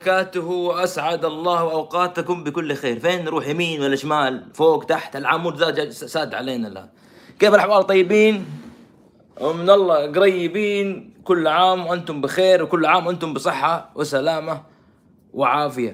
وبركاته، وأسعد الله أوقاتكم بكل خير. فين نروح، يمين ولا شمال، فوق تحت؟ العمود ذا ساد علينا الآن. كيف الأحوال؟ طيبين ومن الله قريبين؟ كل عام وأنتم بخير، وكل عام وأنتم بصحة وسلامة وعافية.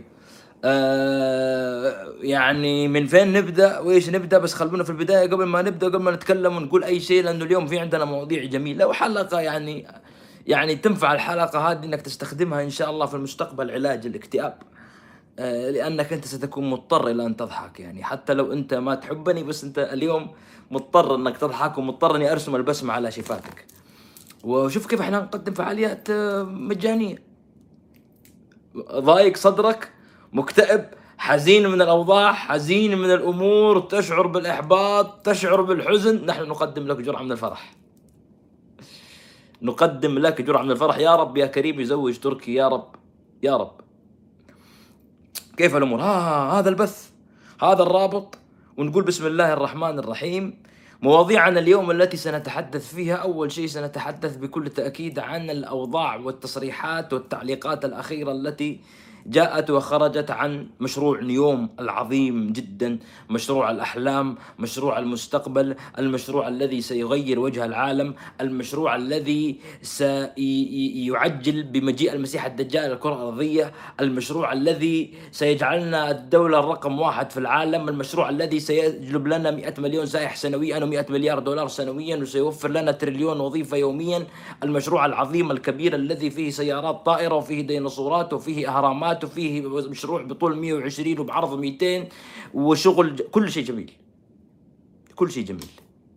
يعني من فين نبدأ وإيش نبدأ؟ بس خلونا في البداية قبل ما نبدأ، قبل ما نتكلم ونقول أي شيء، لأنه اليوم في عندنا مواضيع جميلة وحلقة يعني تنفع الحلقة هذه انك تستخدمها ان شاء الله في المستقبل علاج الاكتئاب. لانك انت ستكون مضطر الى ان تضحك، يعني حتى لو انت ما تحبني، بس انت اليوم مضطر انك تضحك، ومضطر اني ارسم البسمة على شفاتك. وشوف كيف احنا نقدم فعاليات مجانية. ضايق صدرك، مكتئب، حزين من الاوضاع، حزين من الامور، تشعر بالاحباط، تشعر بالحزن، نحن نقدم لك جرعة من الفرح. نقدم لك جرعة من الفرح. يا رب يا كريم يزوج تركي، يا رب يا رب. كيف الأمور؟ هذا البث، هذا الرابط، ونقول بسم الله الرحمن الرحيم. مواضيعنا اليوم التي سنتحدث فيها، أول شيء سنتحدث بكل تأكيد عن الأوضاع والتصريحات والتعليقات الأخيرة التي جاءت وخرجت عن مشروع نيوم العظيم جدا، مشروع الأحلام، مشروع المستقبل، المشروع الذي سيغير وجه العالم، المشروع الذي سيعجل بمجيء المسيح الدجال إلى الكرة الأرضية، المشروع الذي سيجعلنا الدولة الرقم 1 في العالم، المشروع الذي سيجلب لنا 100 مليون سائح سنويا و100 مليار دولار سنويا، وسيوفر لنا تريليون وظيفة يوميا، المشروع العظيم الكبير الذي فيه سيارات طائرة، وفيه ديناصورات، وفيه أهرامات، وفيه مشروع بطول 120 وبعرض 200، وشغل كل شيء جميل، كل شيء جميل.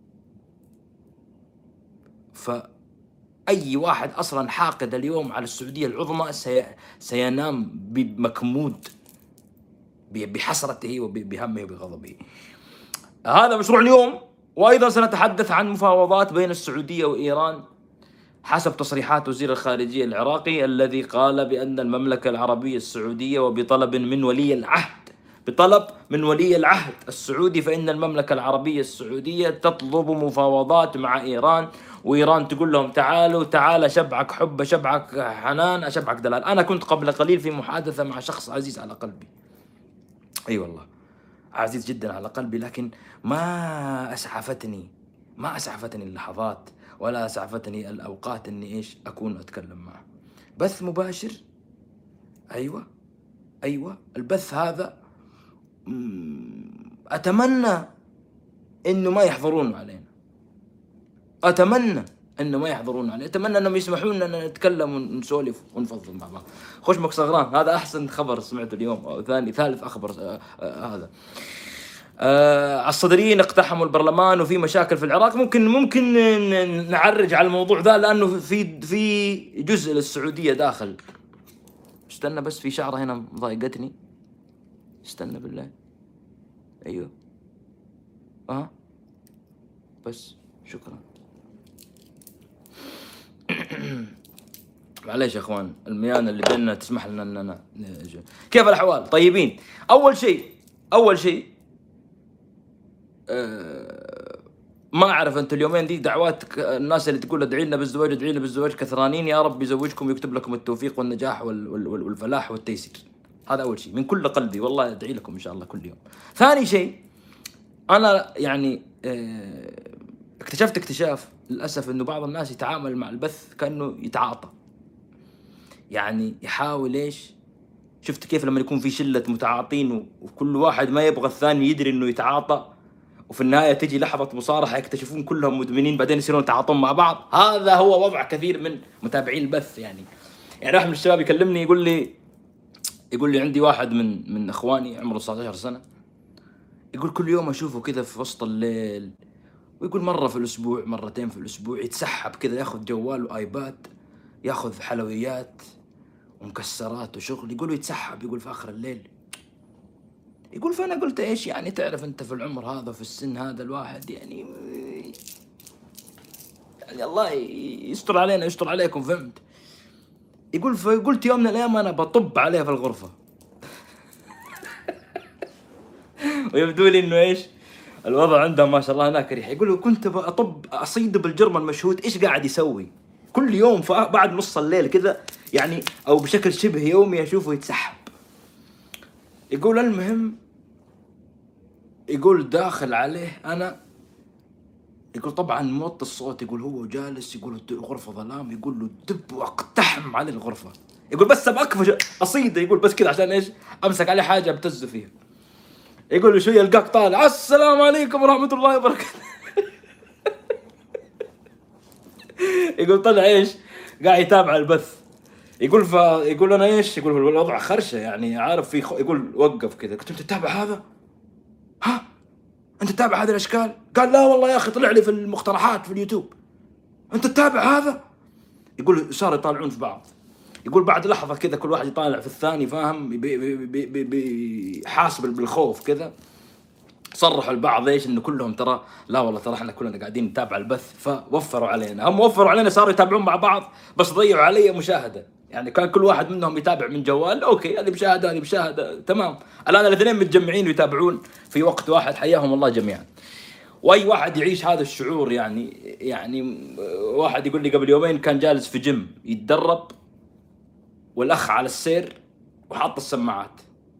فأي واحد أصلا حاقد اليوم على السعودية العظمى سينام بمكمود بحسرته وبهمه وبغضبه. هذا مشروع اليوم. وأيضا سنتحدث عن مفاوضات بين السعودية وإيران حسب تصريحات وزير الخارجية العراقي، الذي قال بأن المملكة العربية السعودية، وبطلب من ولي العهد، بطلب من ولي العهد السعودي، فإن المملكة العربية السعودية تطلب مفاوضات مع إيران، وإيران تقول لهم تعال أشبعك حب، أشبعك حنان، أشبعك دلال. أنا كنت قبل قليل في محادثة مع شخص عزيز على قلبي، أي والله عزيز جدا على قلبي، لكن ما أسعفتني اللحظات، ولا أسعفتني الأوقات أني إيش أكون أتكلم معه. بث مباشر، أيوة البث هذا أتمنى إنه ما يحضرون علينا، أتمنى إنه ما يحضرون علينا، أتمنى إنهم يسمحون لنا نتكلم ونسولف ونفضل مع بعض. خشمك صغران، هذا أحسن خبر سمعته اليوم، أو ثالث أخبر هذا. الصدريين اقتحموا البرلمان وفي مشاكل في العراق. ممكن نعرج على الموضوع ذا، لأنه في جزء للسعودية داخل. استنى بس، في شعرة هنا ضايقتني، استنى بالله. أيوه بس شكرا. معليش يا اخوان، الميانة اللي بيننا تسمح لنا اننا كيف الاحوال؟ طيبين. اول شيء ما اعرف انت اليومين دي دعوات الناس اللي تقول ادعي لنا بالزواج كثرانين. يا رب يزوجكم ويكتب لكم التوفيق والنجاح والفلاح والتيسير. هذا اول شيء، من كل قلبي والله ادعي لكم ان شاء الله كل يوم. ثاني شيء، انا يعني اكتشفت اكتشاف للاسف انه بعض الناس يتعامل مع البث كانه يتعاطى، يعني يحاول ايش. شفت كيف لما يكون في شلة متعاطين وكل واحد ما يبغى الثاني يدري انه يتعاطى، وفي النهاية تجي لحظة مصارحة يكتشفون كلهم مدمنين، بعدين يصيرون يتعاطون مع بعض. هذا هو وضع كثير من متابعين البث. يعني واحد من الشباب يكلمني يقول لي عندي واحد من اخواني عمره 19 سنة، يقول كل يوم اشوفه كذا في وسط الليل، ويقول مرة في الاسبوع، مرتين في الاسبوع يتسحب كذا، ياخذ جوال وايباد، ياخذ حلويات ومكسرات وشغل، يقول يتسحب، يقول في اخر الليل. يقول فانا قلت ايش يعني، تعرف انت في العمر هذا، في السن هذا، الواحد يعني الله يستر علينا يستر عليكم، فهمت؟ يقول فقلت يوم من الايام انا بطب عليه في الغرفة. ويبدو لي انه ايش الوضع عندهم ما شاء الله هناك ريح. يقول كنت اصيد بالجرم المشهود، ايش قاعد يسوي؟ كل يوم بعد نص الليل كذا يعني، او بشكل شبه يومي اشوفه يتسحب. يقول المهم، يقول داخل عليه انا، يقول طبعا موطي الصوت، يقول هو جالس، يقول الغرفه ظلام، يقول له دب واقتحم على الغرفه، يقول بس بأكفش اصيده، يقول بس كذا عشان ايش؟ امسك عليه حاجه ابتزه فيها. يقول له شويه يلقاك طالع السلام عليكم ورحمه الله وبركاته. يقول طلع ايش؟ قاعد يتابع البث. يقول انا ايش؟ يقول الوضع خرشه يعني، عارف في يقول وقف كذا، قلت انت تتابع هذا؟ ها؟ انت تتابع هذه الاشكال؟ قال لا والله يا اخي طلع لي في المقترحات في اليوتيوب. انت تتابع هذا؟ يقول صاروا يطالعون في بعض. يقول بعد لحظه كذا كل واحد يطالع في الثاني، فاهم؟ بيحاسب بالخوف كذا. صرحوا البعض ايش؟ انه كلهم ترى لا والله ترى احنا كلنا قاعدين نتابع البث، فوفروا علينا. هم وفروا علينا، صاروا يتابعون مع بعض، بس ضيعوا علي مشاهده. يعني كان كل واحد منهم يتابع من جوال، اوكي هذه مشاهده هذه مشاهده تمام. الان الاثنين متجمعين ويتابعون في وقت واحد، حياهم الله جميعا. واي واحد يعيش هذا الشعور يعني واحد يقول لي قبل يومين كان جالس في جيم يتدرب، والاخ على السير وحاط السماعات.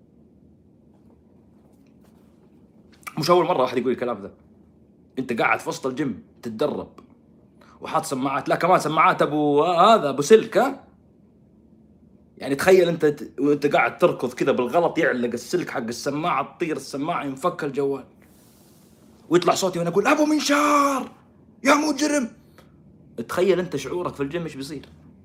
مش اول مره واحد يقول الكلام ذا. انت قاعد في وسط الجيم تتدرب وحاط سماعات، لا كمان سماعات ابو هذا ابو سلك، ها يعني تخيل انت وانت قاعد تركض كذا بالغلط يعلق السلك حق السماعه، تطير السماعه، ينفك الجوال، ويطلع صوتي وانا اقول ابو منشار يا مجرم. تخيل انت شعورك في الجيم ايش بيصير.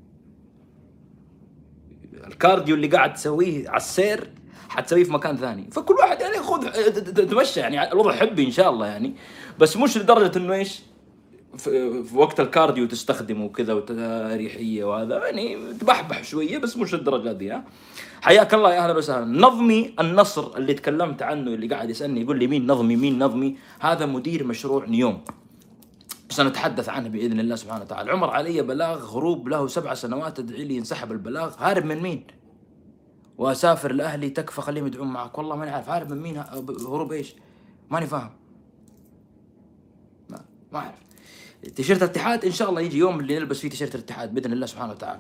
الكارديو اللي قاعد تسويه على السير حتسويه في مكان ثاني. فكل واحد يعني خذ تمشى، يعني الوضع حبي ان شاء الله يعني، بس مش لدرجه انه ايش في وقت الكارديو تستخدمه وكذا وتريحيه وهذا، يعني تبحبح شويه بس مش الدرجه دي. ها حياك الله يا اهلا وسهلا. نظمي النصر اللي تكلمت عنه، اللي قاعد يسالني يقول لي مين نظمي مين نظمي، هذا مدير مشروع نيوم، سنتحدث عنه باذن الله سبحانه وتعالى. عمر علي بلاغ هروب له 7 سنوات، ادعي لي ينسحب البلاغ. هارب من مين؟ واسافر لاهلي تكفى خليهم يدعون معك. والله ماني عارف هارب من مين، هروب ايش؟ ماني فاهم، ما اعرف. تيشيرت الاتحاد ان شاء الله يجي يوم اللي نلبس فيه تيشيرت الاتحاد باذن الله سبحانه وتعالى.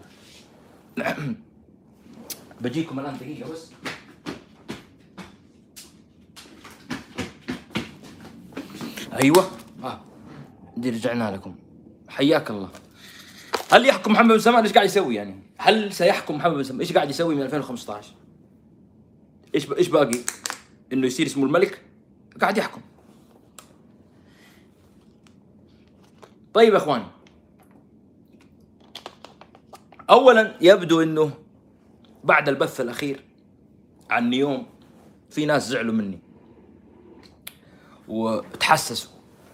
بجيكم الان دقيقه بس. ايوه دي رجعنا لكم، حياك الله. هل يحكم محمد بن سلمان؟ ايش قاعد يسوي يعني؟ هل سيحكم محمد بن سلمان؟ ايش قاعد يسوي من 2015؟ ايش باقي؟ انه يصير اسمه الملك؟ قاعد يحكم. طيب يا اخواني، اولا يبدو انه بعد البث الاخير عن نيوم في ناس زعلوا مني وتحسسوا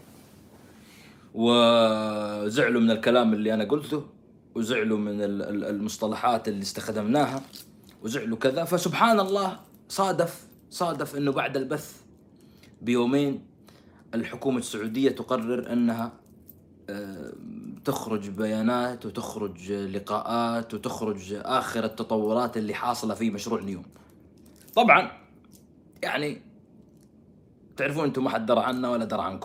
وزعلوا من الكلام اللي انا قلته، وزعلوا من المصطلحات اللي استخدمناها، وزعلوا كذا. فسبحان الله صادف انه بعد البث بيومين الحكومة السعودية تقرر انها تخرج بيانات وتخرج لقاءات وتخرج آخر التطورات اللي حاصلة في مشروع نيوم. طبعا يعني تعرفون انتم ما حد درى عنا ولا درى عنكم،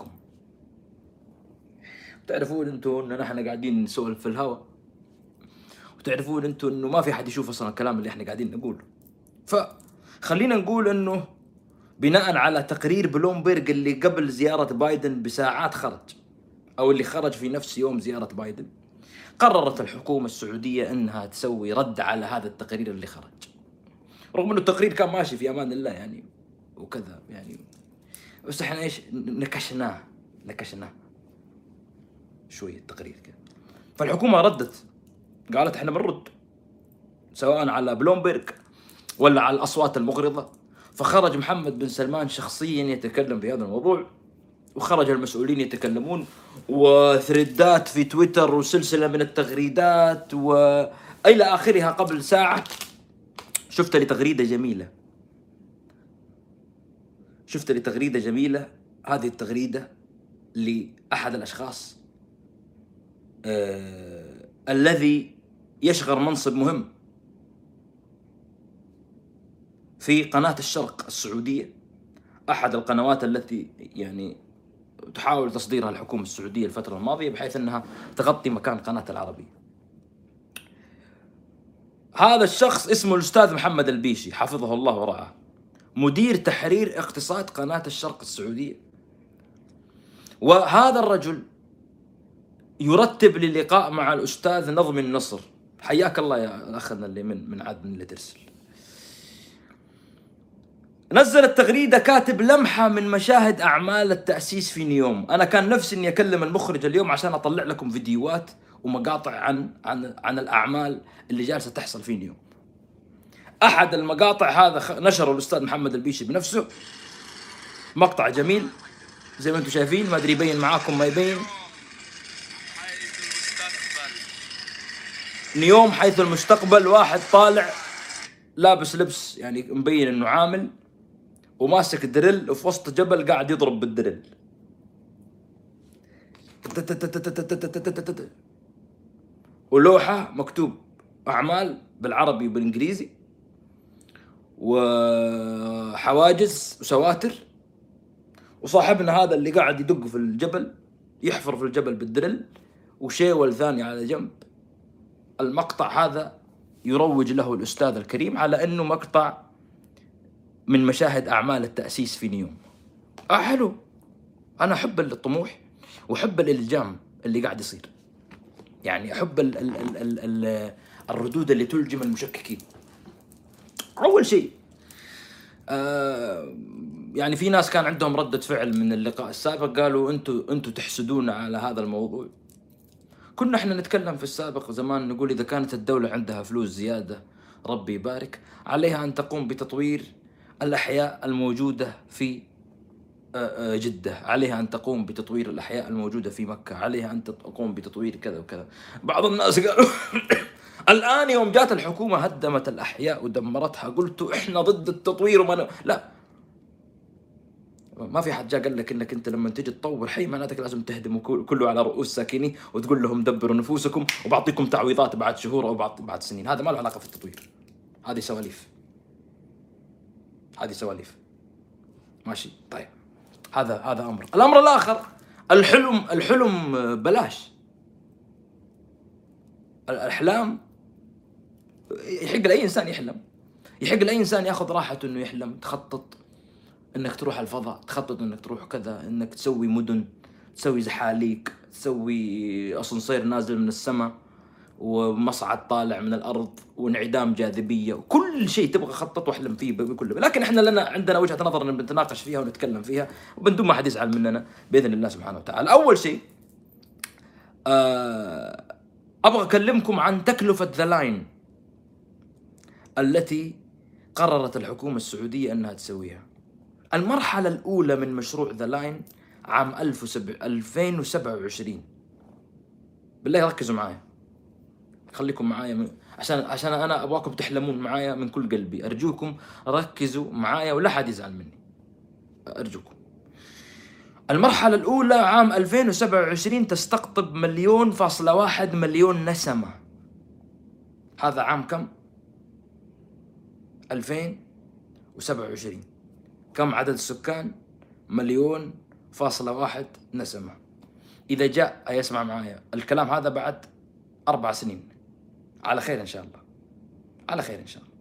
تعرفون انتم ان نحن قاعدين نسولف في الهواء، وتعرفون انتم انه ما في حد يشوف اصلا الكلام اللي احنا قاعدين نقوله. فخلينا نقول انه بناء على تقرير بلومبرج اللي قبل زيارة بايدن بساعات خرج، او اللي خرج في نفس يوم زيارة بايدن، قررت الحكومة السعودية انها تسوي رد على هذا التقرير اللي خرج، رغم انه التقرير كان ماشي في امان الله يعني وكذا يعني، بس احنا ايش نكشناه شوية التقرير كذا. فالحكومة ردت قالت احنا بنرد سواء على بلومبرج ولا على الاصوات المغرضة. فخرج محمد بن سلمان شخصيا يتكلم في هذا الموضوع، وخرج المسؤولين يتكلمون، وثريدات في تويتر وسلسلة من التغريدات وإلى آخرها. قبل ساعة شفت لي تغريدة جميلة، هذه التغريدة لأحد الأشخاص الذي يشغل منصب مهم في قناة الشرق السعودية، أحد القنوات التي يعني تحاول تصديرها الحكومة السعودية الفترة الماضية بحيث أنها تغطي مكان قناة العربية. هذا الشخص اسمه الأستاذ محمد البيشي حفظه الله ورعاه، مدير تحرير اقتصاد قناة الشرق السعودية. وهذا الرجل يرتب لي لقاء مع الأستاذ نظمي النصر، حياك الله يا أخنا اللي من عدن اللي ترسل. نزل التغريدة كاتب لمحة من مشاهد أعمال التأسيس في نيوم. أنا كان نفسي إني أكلم المخرج اليوم عشان أطلع لكم فيديوهات ومقاطع عن الأعمال اللي جالسة تحصل في نيوم. أحد المقاطع هذا نشره الأستاذ محمد البيشي بنفسه، مقطع جميل زي ما أنتم شايفين، ما أدري يبين معاكم ما يبين. نيوم حيث المستقبل، واحد طالع لابس لبس يعني مبين إنه عامل وماسك دريل وفي وسط جبل قاعد يضرب بالدريل. ولوحة مكتوب أعمال بالعربي وبالإنجليزي، وحواجز وسواتر، وصاحبنا هذا اللي قاعد يدق في الجبل يحفر في الجبل بالدريل، وشيول ثاني على جنب. المقطع هذا يروج له الأستاذ الكريم على أنه مقطع من مشاهد أعمال التأسيس في نيوم. حلو، أنا أحب الطموح وأحب الإلجام اللي قاعد يصير، يعني أحب الردود اللي تلجم المشككين. أول شيء يعني في ناس كان عندهم ردة فعل من اللقاء السابق، قالوا أنتوا تحسدون على هذا الموضوع. كنا احنا نتكلم في السابق زمان نقول إذا كانت الدولة عندها فلوس زيادة ربي يبارك عليها أن تقوم بتطوير الأحياء الموجودة في جدة، عليها أن تقوم بتطوير الأحياء الموجودة في مكة، عليها أن تقوم بتطوير كذا وكذا. بعض الناس قالوا الآن يوم جات الحكومة هدمت الأحياء ودمرتها، قلتوا إحنا ضد التطوير لا، ما في حد جاء قال لك إنك أنت لما تجي تطور حي معناتك لازم تهدموا كله على رؤوس ساكنيه وتقول لهم دبروا نفوسكم وبعطيكم تعويضات بعد شهور أو بعد سنين. هذا ما له علاقة في التطوير، هذه سواليف، هذه سواليف. ماشي طيب، هذا أمر. الأمر الآخر الحلم بلاش. الأحلام يحق لأي إنسان يحلم، يحق لأي إنسان ياخذ راحته إنه يحلم. تخطط إنك تروح الفضاء، تخطط إنك تروح كذا، إنك تسوي مدن، تسوي زحاليق، تسوي أسانسير نازل من السماء ومصعد طالع من الأرض وانعدام جاذبية، وكل شيء تبغى خطط واحلم فيه بكله. لكن إحنا عندنا وجهة نظر نتناقش فيها ونتكلم فيها وبندون ما حد يزعل مننا بإذن الله سبحانه وتعالى. أول شيء أبغى أكلمكم عن تكلفة ذا لاين التي قررت الحكومة السعودية أنها تسويها. المرحلة الأولى من مشروع ذا لاين عام 2027. بالله ركزوا معايا، خليكم معايا عشان أنا أبغاكم تحلمون معايا من كل قلبي. أرجوكم ركزوا معايا ولا حد يزعل مني، أرجوكم. المرحلة الأولى عام 2027 تستقطب 1.1 مليون نسمة. هذا عام كم؟ 2027. كم عدد السكان؟ 1.1 نسمة. إذا جاء يسمع معايا الكلام هذا بعد 4 سنين على خير إن شاء الله، على خير إن شاء الله،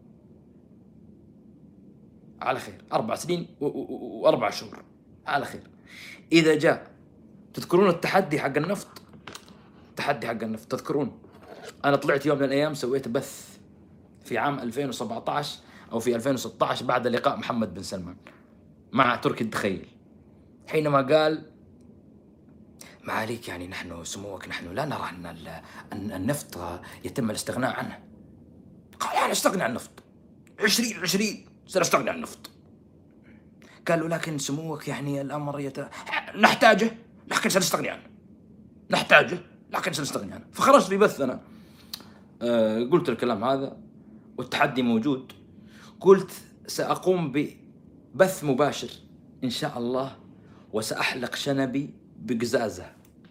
على خير. 4 سنين و4 شهور على خير. إذا جاء، تذكرون التحدي حق النفط؟ التحدي حق النفط تذكرون؟ أنا طلعت يوم من الأيام سويت بث في عام 2017 أو في 2016 بعد لقاء محمد بن سلمان مع تركي الدخيل، حينما قال ما عليك يعني نحن سموك نحن لا نرى أن النفط يتم الاستغناء عنه. قال أنا استغني عن النفط 2020 سنستغني عن النفط. قالوا لكن سموك يعني الأمر نحتاجه لكن سنستغني عنه، نحتاجه لكن سنستغني عنه. فخرجت في بث أنا قلت الكلام هذا والتحدي موجود. قلت سأقوم ببث مباشر إن شاء الله وسأحلق شنبي بقزازة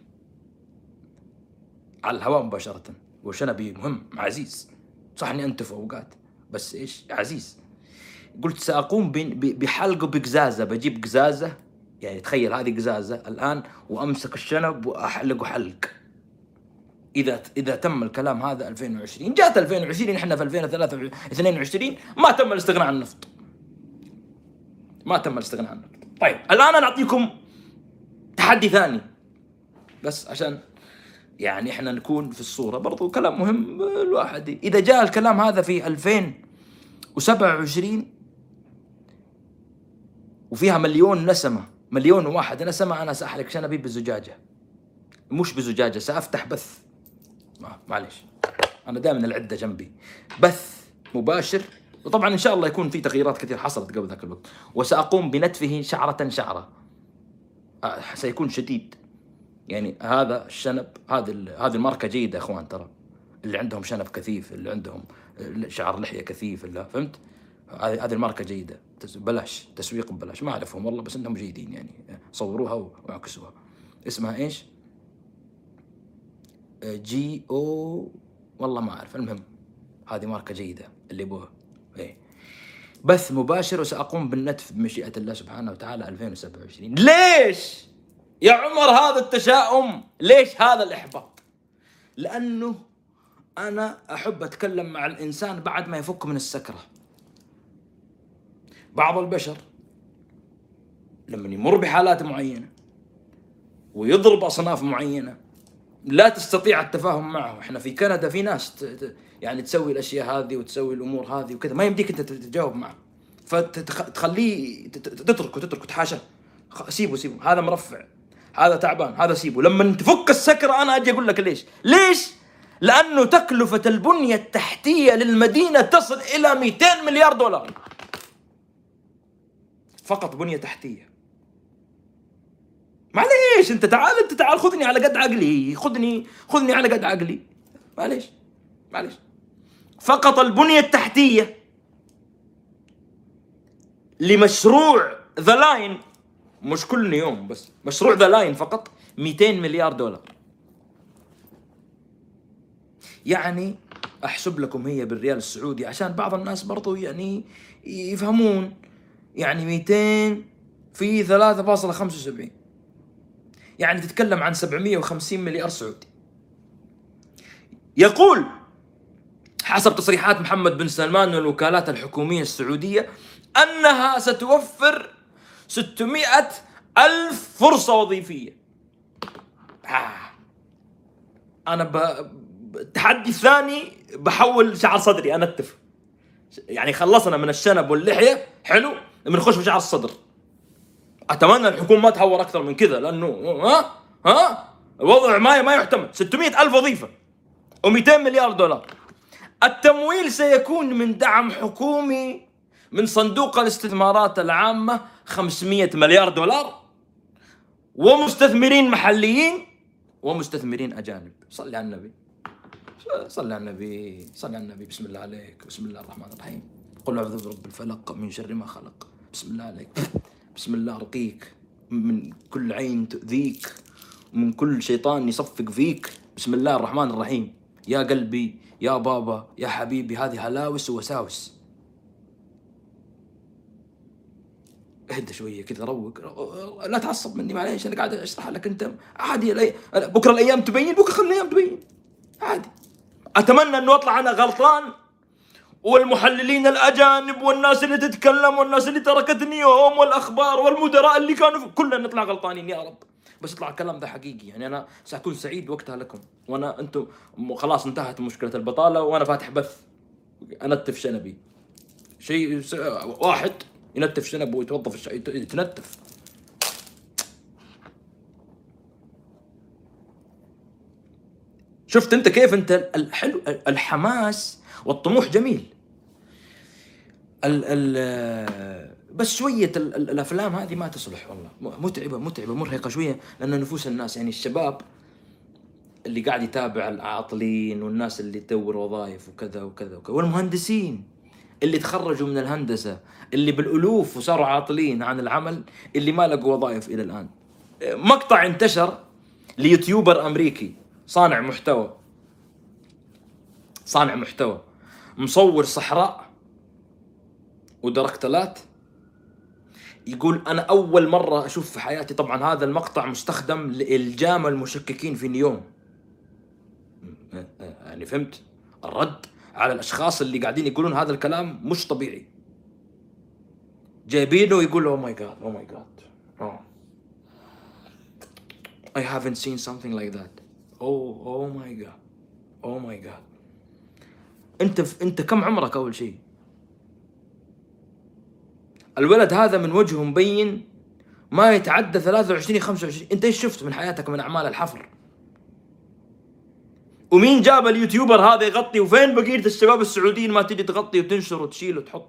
على الهواء مباشرة. وشنبي مهم عزيز، صح إني أنتف أوقات بس إيش عزيز. قلت سأقوم بحلقه بقزازة، بجيب قزازة يعني تخيل هذه قزازة الآن وأمسك الشنب وأحلقه حلق اذا تم الكلام هذا 2020، جات 2020 احنا في 2022 ما تم الاستغناء عن النفط. ما تم الاستغناء عن النفط. طيب الان انا اعطيكم تحدي ثاني بس عشان يعني احنا نكون في الصورة، برضو كلام مهم الواحد. اذا جاء الكلام هذا في 2027 وفيها مليون نسمة، مليون واحد نسمة، انا سأحرق شنبي بزجاجة، مش بزجاجة، سأفتح بث، معليش انا دائما العدة جنبي، بث مباشر. وطبعا ان شاء الله يكون في تغييرات كثير حصلت قبل ذاك الوقت، وسأقوم بنتفه شعرة شعرة. سيكون شديد يعني. هذا الشنب، هذه الماركة جيدة يا اخوان، ترى اللي عندهم شنب كثيف، اللي عندهم شعر لحية كثيف، اللي فهمت، هذه الماركة جيدة، بلاش تسويق ببلاش، ما اعرفهم والله بس انهم جيدين يعني، صوروها واعكسوها. اسمها ايش؟ جي او والله ما اعرف، المهم هذه ماركة جيدة اللي يبوها. ايه بث مباشر، وسأقوم بالنتف بمشيئة الله سبحانه وتعالى 2027. ليش يا عمر هذا التشاؤم؟ ليش هذا الإحباط؟ لأنه أنا أحب أتكلم مع الإنسان بعد ما يفك من السكرة. بعض البشر لما يمر بحالات معينة ويضرب أصناف معينة لا تستطيع التفاهم معه. إحنا في كندا في ناس يعني تسوي الأشياء هذه وتسوي الأمور هذه وكذا، ما يمديك أنت تتجاوب معه، فتخليه تتركه تحاشاه، سيبه، هذا مرفع، هذا تعبان، هذا سيبه. لما تفك السكرة أنا أجي أقول لك ليش؟ لأنه تكلفة البنية التحتية للمدينة تصل إلى 200 مليار دولار فقط بنية تحتية. معليش أنت تعال خذني على قد عقلي، خذني على قد عقلي، معليش فقط البنية التحتية لمشروع ذا لاين، مش كل يوم بس، مشروع ذا لاين فقط 200 مليار دولار. يعني احسب لكم هي بالريال السعودي عشان بعض الناس برضو يعني يفهمون، يعني 200 في 3.75 يعني تتكلم عن 750 مليار سعودي. يقول حسب تصريحات محمد بن سلمان والوكالات الحكومية السعودية أنها ستوفر 600,000 فرصة وظيفية. أنا التحدي الثاني بحول شعر صدري أنتف، يعني خلصنا من الشنب واللحية، حلو، بنخش بشعر الصدر. أتمنى الحكومة ما تهور أكثر من كذا، لأنه الوضع ما يحتمل. 600,000 وظيفة و200 مليار دولار. التمويل سيكون من دعم حكومي من صندوق الاستثمارات العامة 500 مليار دولار، ومستثمرين محليين ومستثمرين أجانب. صلي على النبي، صلي على النبي. بسم الله عليك، بسم الله الرحمن الرحيم. قل أعوذ برب الفلق من شر ما خلق. بسم الله عليك، بسم الله أرقيك من كل عين تؤذيك ومن كل شيطان يصفق فيك. بسم الله الرحمن الرحيم. يا قلبي، يا بابا، يا حبيبي، هذه هلاوس ووساوس. اهدى شويه كذا، روق، لا تعصب مني، معليش انا قاعد اشرح لك، انت عادي. بكره الايام تبين، بكره خلي الايام تبين عادي. اتمنى انه اطلع انا غلطان، والمحللين الاجانب والناس اللي تتكلم والناس اللي تركتني يوم والاخبار والمدراء اللي كانوا كلنا نطلع غلطانين يا رب، بس يطلع الكلام ده حقيقي. يعني انا ساكون سعيد وقتها لكم، وانا انتم خلاص انتهت مشكله البطاله، وانا فاتح بث انتف شنبي. شيء واحد ينتف شنبه ويتوظف يتنتف. شفت انت كيف انت الحلو، الحماس والطموح جميل. بس شوية الأفلام هذه ما تصلح والله، متعبة مرهقة شوية، لأن نفوس الناس يعني الشباب اللي قاعد يتابع العاطلين والناس اللي تدور وظائف وكذا وكذا وكذا، والمهندسين اللي تخرجوا من الهندسة اللي بالألوف وصاروا عاطلين عن العمل، اللي ما لقوا وظائف إلى الآن. مقطع انتشر ليوتيوبر أمريكي صانع محتوى مصور صحراء ودركتلات، يقول أنا أول مرة أشوف في حياتي، طبعا هذا المقطع مستخدم لإلجام المشككين في نيوم، يعني فهمت؟ الرد على الاشخاص اللي قاعدين يقولون هذا الكلام مش طبيعي، جايبينه ويقول اوه ماي جاد اوه ماي جاد I haven't seen something like that. Oh my god. Oh my god. انت كم عمرك اول شيء؟ الولد هذا من وجهه مبين ما يتعدى 23 25. انت ايش شفت من حياتك من اعمال الحفر؟ ومين جاب اليوتيوبر هذا يغطي؟ وفين بقية الشباب السعوديين ما تجي تغطي وتنشر وتشيل وتحط؟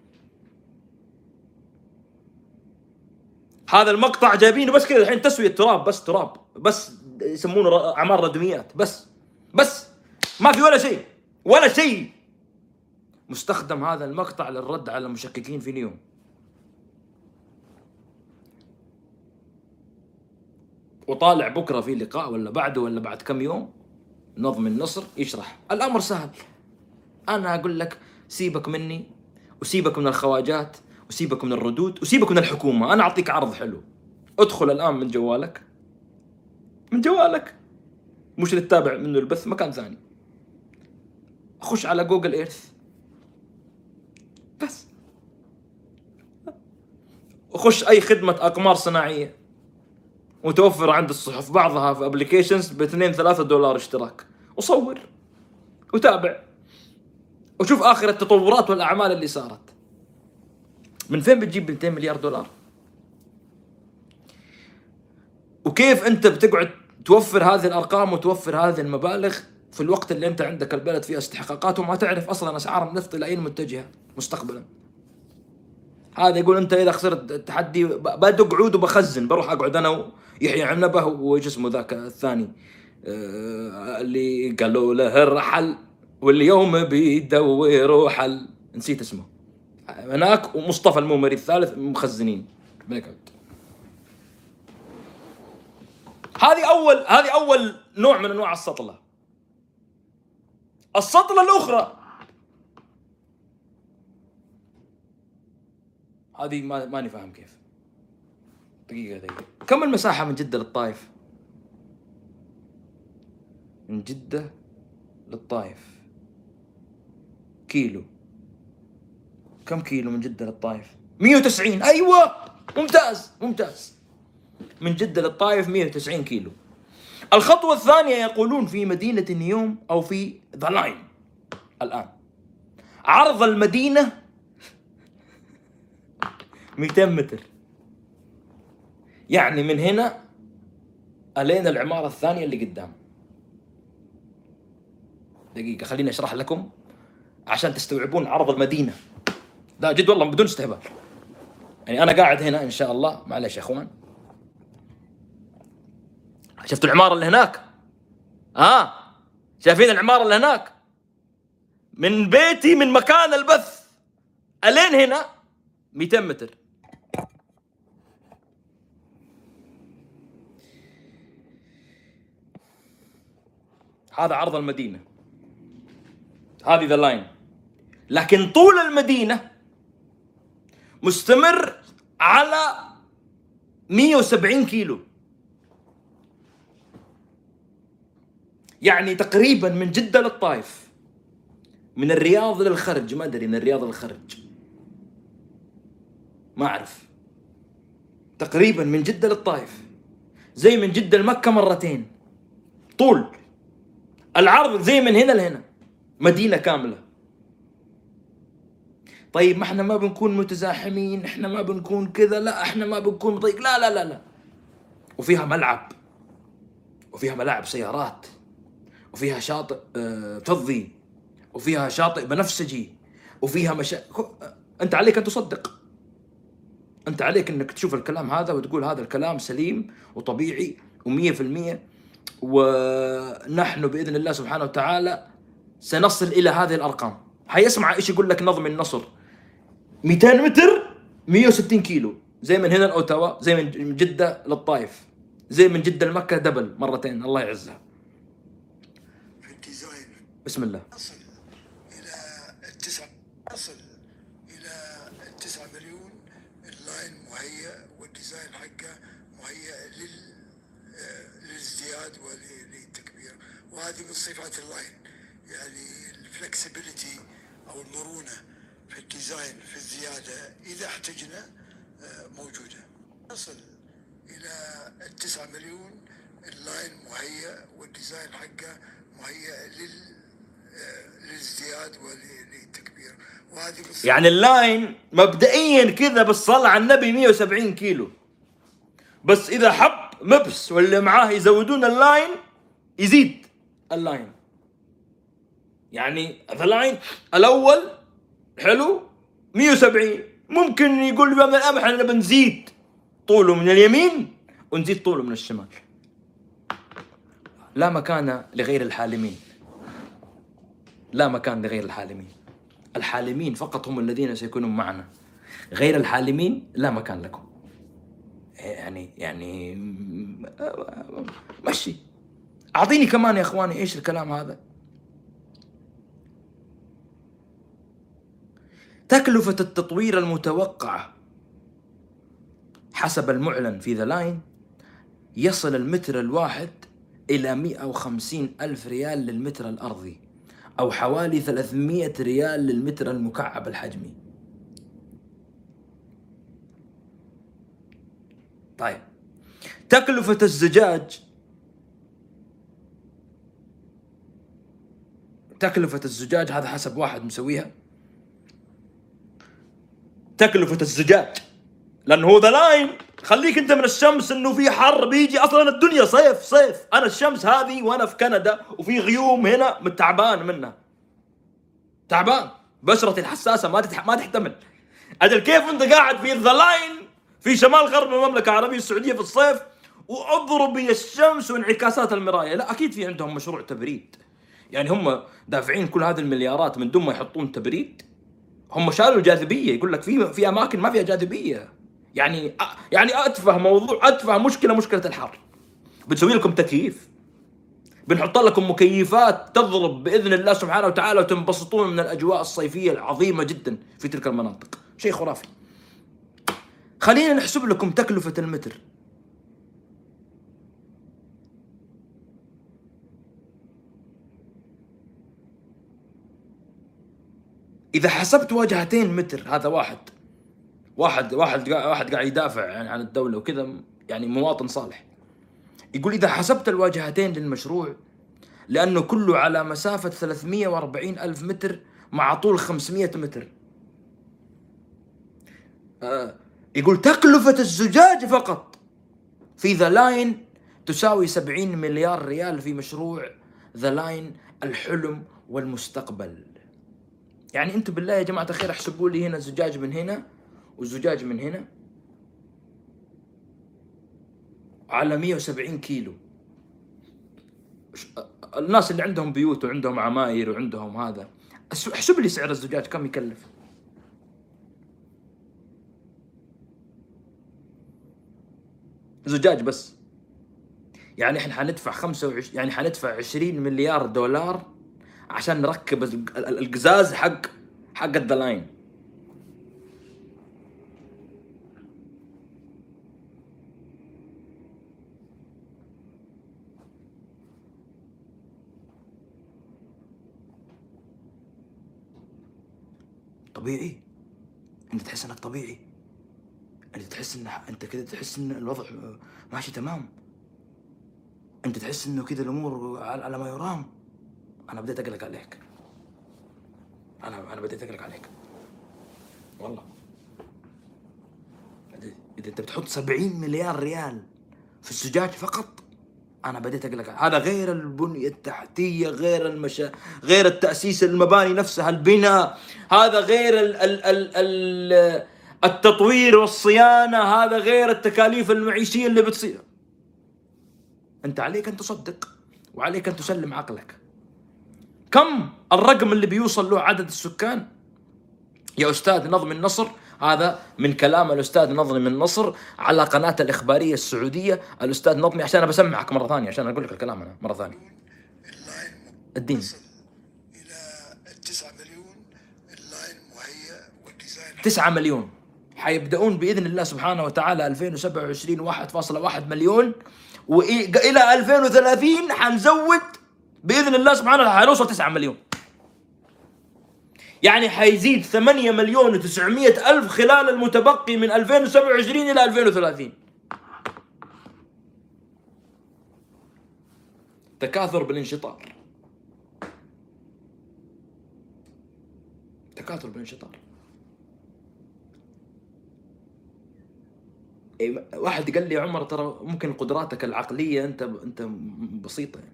هذا المقطع جايبينه بس كذا الحين تسوية تراب، بس تراب، بس يسمونه اعمال ردميات، بس ما في ولا شيء مستخدم هذا المقطع للرد على المشككين في نيوم. وطالع بكره في لقاء ولا بعده ولا بعد كم يوم نظم النصر يشرح الامر سهل. انا اقول لك سيبك مني وسيبك من الخواجات وسيبك من الردود وسيبك من الحكومه، انا اعطيك عرض حلو. ادخل الان من جوالك مش اللي تتابع منه البث، مكان ثاني، اخش على جوجل ايرث بس، اخش اي خدمه اقمار صناعيه متوفره عند الصحف، بعضها في ابلكيشنز ب 2-3 دولار اشتراك، وصور وتابع وشوف اخر التطورات والاعمال اللي صارت. من فين بتجيب 200 مليار دولار؟ وكيف انت بتقعد توفر هذه الارقام وتوفر هذه المبالغ في الوقت اللي انت عندك البلد فيها استحقاقات وما تعرف اصلا اسعار النفط الى اين متجهه مستقبلا؟ هذا يقول انت اذا خسرت التحدي بدق عود وبخزن، بروح اقعد انا ويحيى عنبه وش اسمه ذاك الثاني اللي قالوا له الرحل واليوم بيدوروا حل، نسيت اسمه هناك، ومصطفى المومري الثالث مخزنين. هذه اول نوع من انواع السطله. السطله الاخرى هذه ماني فاهم كيف. دقيقه كم المساحه من جده للطائف؟ من جده للطائف كيلو. كم كيلو من جده للطائف؟ 190. ايوه ممتاز. من جده للطائف 190 كيلو. الخطوه الثانيه يقولون في مدينه نيوم او في ذا لاين الان عرض المدينه 200 متر، يعني من هنا الين العماره الثانيه اللي قدام. دقيقه خليني اشرح لكم عشان تستوعبون عرض المدينه. لا جد والله بدون استهبال، يعني انا قاعد هنا ان شاء الله، معلش يا اخوان، شفتوا العماره اللي هناك؟ شايفين العماره اللي هناك؟ من بيتي من مكان البث الين هنا 200 متر. هذا عرض المدينه، هذه ذا لاين. لكن طول المدينه مستمر على 170 كيلو، يعني تقريبا من جده للطائف، من الرياض للخرج، ما ادري من الرياض للخرج ما اعرف، تقريبا من جده للطائف زي من جده لمكه مرتين. طول العرض زي من هنا لهنا، مدينه كامله. طيب ما احنا ما بنكون متزاحمين، احنا ما بنكون كذا، لا احنا ما بنكون ضيق، لا لا لا لا. وفيها ملعب وفيها ملاعب سيارات وفيها شاطئ فضي وفيها شاطئ بنفسجي وفيها انت عليك ان تصدق، انت عليك انك تشوف الكلام هذا وتقول هذا الكلام سليم وطبيعي و100%، ونحن باذن الله سبحانه وتعالى سنصل الى هذه الارقام. حيسمع ايش يقول لك نظم النصر، 200 متر 160 كيلو، زي من هنا لاوتاوا، زي من جده للطائف، زي من جده لمكه دبل مرتين، الله يعزها. في الديزاين بسم الله. نصل الى 9 مليون. اللاين مهيأ والديزاين حقه مهيأ للازدياد وللتكبير، وهذه من صفات اللاين. يعني الفلكسبيليتي أو المرونة في الديزاين في الزيادة إذا احتجنا موجودة. نصل إلى 9 مليون، اللاين مهيأ والديزاين حقه مهيأ للازدياد وللتكبير. وهذه يعني اللاين مبدئيا كذا بالصلاة على النبي 170 كيلو، بس إذا حب مبس واللي معاه يزودون اللاين يزيد اللاين. يعني اللاين الأول حلو 170، ممكن يقول بما الأمر احنا بنزيد طوله من اليمين ونزيد طوله من الشمال. لا مكان لغير الحالمين، لا مكان لغير الحالمين. الحالمين فقط هم الذين سيكونون معنا، غير الحالمين لا مكان لكم. يعني مشي. أعطيني كمان يا إخواني إيش الكلام هذا. تكلفة التطوير المتوقعة حسب المعلن في ذا لاين يصل المتر الواحد إلى 150,000 ريال للمتر الأرضي، أو حوالي 300 ريال للمتر المكعب الحجمي. طيب تكلفة الزجاج، تكلفة الزجاج هذا حسب واحد مسويها، تكلفة الزجاج لأنه هو ذا لاين. خليك انت من الشمس انه في حر بيجي، اصلا الدنيا صيف. انا الشمس هذه وانا في كندا وفي غيوم هنا متعبان منها، تعبان، بشرتي الحساسة ما تحتمل. اجل كيف انت قاعد في ذا لاين في شمال غرب المملكة العربية السعودية في الصيف واضرب الشمس وانعكاسات المراية؟ لا اكيد في عندهم مشروع تبريد، يعني هم دافعين كل هذه المليارات من دون ما يحطون تبريد. هم شالوا الجاذبية، يقول لك في اماكن ما فيها جاذبية. يعني اتفه موضوع، اتفه مشكلة الحر، بنسوي لكم تكييف، بنحط لكم مكيفات تضرب باذن الله سبحانه وتعالى وتنبسطون من الاجواء الصيفية العظيمة جدا في تلك المناطق. شيء خرافي. خلينا نحسب لكم تكلفة المتر. إذا حسبت واجهتين متر، هذا واحد قاعد يدافع يعني عن الدولة وكذا، يعني مواطن صالح، يقول إذا حسبت الواجهتين للمشروع، لأنه كله على مسافة 340,000 متر مع طول 500 متر، يقول تكلفة الزجاج فقط في ذا لاين تساوي 70 مليار ريال في مشروع ذا لاين الحلم والمستقبل. يعني انتم بالله يا جماعة الخير احسبوا لي هنا زجاج من هنا وزجاج من هنا على 170 كيلو. الناس اللي عندهم بيوت وعندهم عماير وعندهم هذا، احسب لي سعر الزجاج كم يكلف. زجاج بس، يعني احنا حندفع 25، يعني حندفع 20 مليار دولار عشان نركب القزاز حق الذا لاين. طبيعي؟ انت تحس انك طبيعي؟ انت تحس ان انت كذا تحس ان الوضع ماشي تمام؟ انت تحس انه كذا الامور على ما يرام؟ انا بديت اقلق عليك، انا بديت اقلق عليك والله. اذا انت بتحط 70 مليار ريال في الزجاج فقط، انا بديت اقلق. هذا غير البنية التحتية، غير التأسيس المباني نفسها، البناء، هذا غير التطوير والصيانة، هذا غير التكاليف المعيشية اللي بتصير. انت عليك ان تصدق وعليك ان تسلم عقلك. كم الرقم اللي بيوصل له عدد السكان يا أستاذ نظم النصر؟ هذا من كلام الأستاذ نظم النصر على قناة الإخبارية السعودية، الأستاذ نظمي، عشان بسمعك مرة ثانية عشان أقول لك الكلام أنا مرة ثانية. الدين إلى 9 مليون، اللاين مهيأ والديزاين 9 مليون حيبدأون بإذن الله سبحانه وتعالى 2027 1.1 مليون، وإلى 2030 حنزود باذن الله سبحانه وتعالى حنوصل 9 مليون. يعني حيزيد 8 مليون و900 ألف خلال المتبقي من 2027 إلى 2030. تكاثر بالانشطار. تكاثر بالانشطار. واحد قال لي يا عمر ترى ممكن قدراتك العقلية انت بسيطة يعني.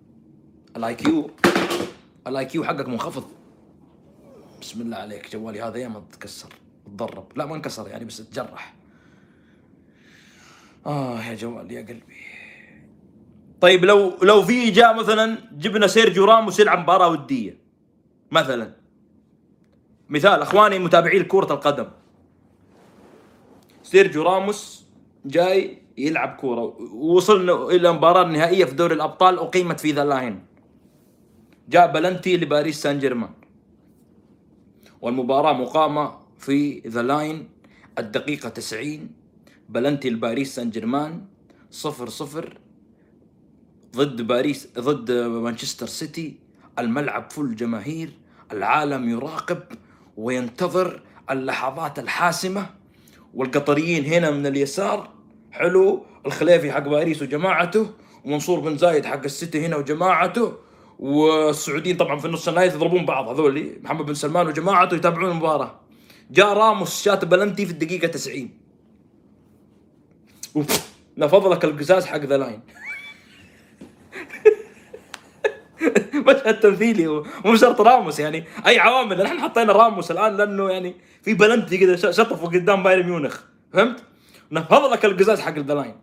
الاي كيو حقك منخفض. بسم الله عليك، جوالي هذا ياما تكسر تضرب، لا ما انكسر يعني بس تجرح. يا جوالي يا قلبي. طيب لو في جاء مثلا جبنا سيرجيو راموس يلعب مباراة ودية مثلا، مثال اخواني متابعي كرة القدم، سيرجيو راموس جاي يلعب كورة ووصلنا الى مباراة نهائية في دوري الابطال اقيمت في ذا لاين، جاء بلنتي لباريس سان جيرمان والمباراة مقامة في ذا لاين الدقيقة 90، بلنتي لباريس سان جيرمان 0-0 ضد مانشستر سيتي، الملعب فل جماهير، العالم يراقب وينتظر اللحظات الحاسمة، والقطريين هنا من اليسار حلو، الخليفي حق باريس وجماعته، ومنصور بن زايد حق السيتي هنا وجماعته، والسعوديين طبعا في النص النهائي يضربون بعض هذول محمد بن سلمان وجماعته يتابعون المباراة. جاء راموس شات بلنتي في الدقيقة 90 نفض لك القزاز حق ذا لاين. مشهد تمثيلي ومو شرط راموس يعني، اي عوامل. نحن حطينا راموس الان لانه يعني في بلنتي كذا شطفوا قدام بايرن ميونخ، فهمت؟ نفض لك القزاز حق ذا لاين.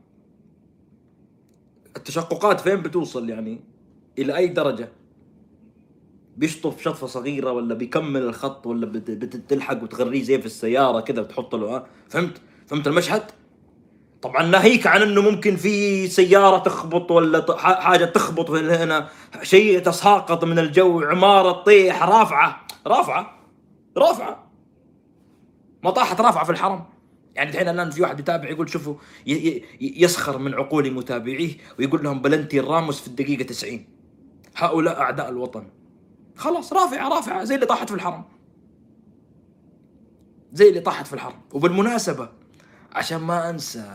التشققات فين بتوصل يعني؟ الى اي درجة؟ بيشطف شطفة صغيرة ولا بيكمل الخط ولا بتلحق وتغريه زي في السيارة كذا بتحط له فهمت المشهد؟ طبعا ناهيك عن انه ممكن في سيارة تخبط ولا حاجة تخبط في هنا، شيء تساقط من الجو، عمارة تطيح، رافعة ما طاحت رافعة في الحرم. يعني الحين الان في واحد بيتابع يقول شوفوا يسخر من عقول متابعيه ويقول لهم بلنتي الراموس في الدقيقة 90، هؤلاء اعداء الوطن. خلاص رافعة زي اللي طاحت في الحرم. وبالمناسبة عشان ما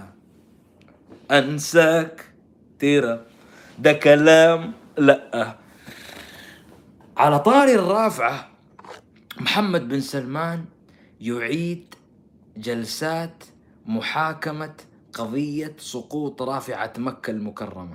انساك ترى ده كلام لا، على طاري الرافعة محمد بن سلمان يعيد جلسات محاكمة قضية سقوط رافعة مكة المكرمة.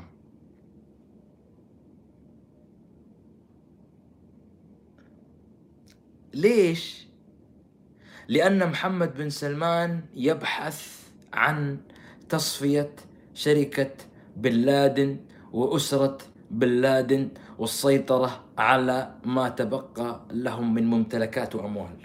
ليش؟ لأن محمد بن سلمان يبحث عن تصفية شركة بن لادن وأسرة بن لادن والسيطرة على ما تبقى لهم من ممتلكات وأموال.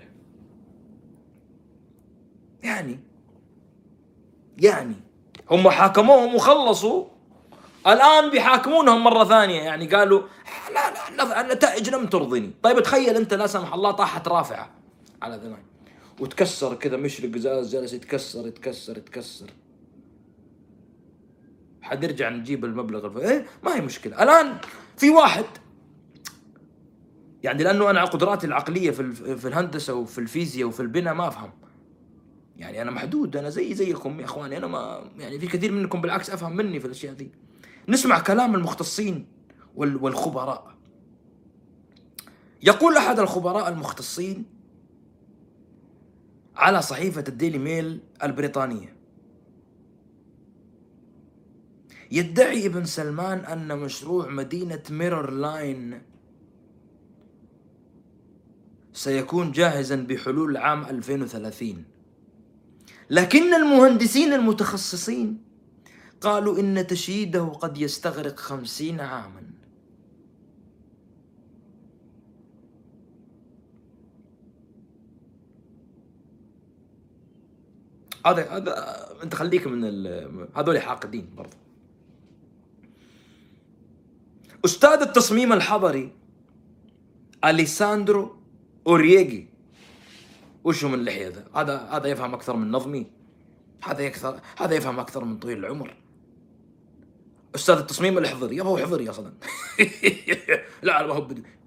يعني هم حاكموهم وخلصوا، الآن بيحاكمونهم مرة ثانية. يعني قالوا لا النتائج لم ترضني. طيب تخيل أنت لا سمح الله طاحت رافعة على ذنين وتكسر كذا، مش القزاز جالس يتكسر، حنرجع نجيب المبلغ ما هي مشكلة. الآن في واحد يعني، لأنه أنا قدراتي العقلية في الهندسة وفي الفيزياء وفي البناء ما أفهم، يعني أنا محدود، أنا زيكم يا إخواني، أنا ما يعني في كثير منكم بالعكس أفهم مني في الأشياء ذي. نسمع كلام المختصين والخبراء. يقول أحد الخبراء المختصين على صحيفة الديلي ميل البريطانية، يدعي ابن سلمان أن مشروع مدينة ميرور لاين سيكون جاهزا بحلول عام 2030، لكن المهندسين المتخصصين قالوا إن تشييده قد يستغرق 50 عاما. هذا انت خليك من هذول حاقدين برضه. أستاذ التصميم الحضري أليساندرو أورييجي، وشو من اللحية ذا؟ هذا يفهم أكثر من نظمي، هذا يفهم أكثر من طويل العمر. استاذ التصميم الحضري، يابا هو حضري اصلا. لا ما هو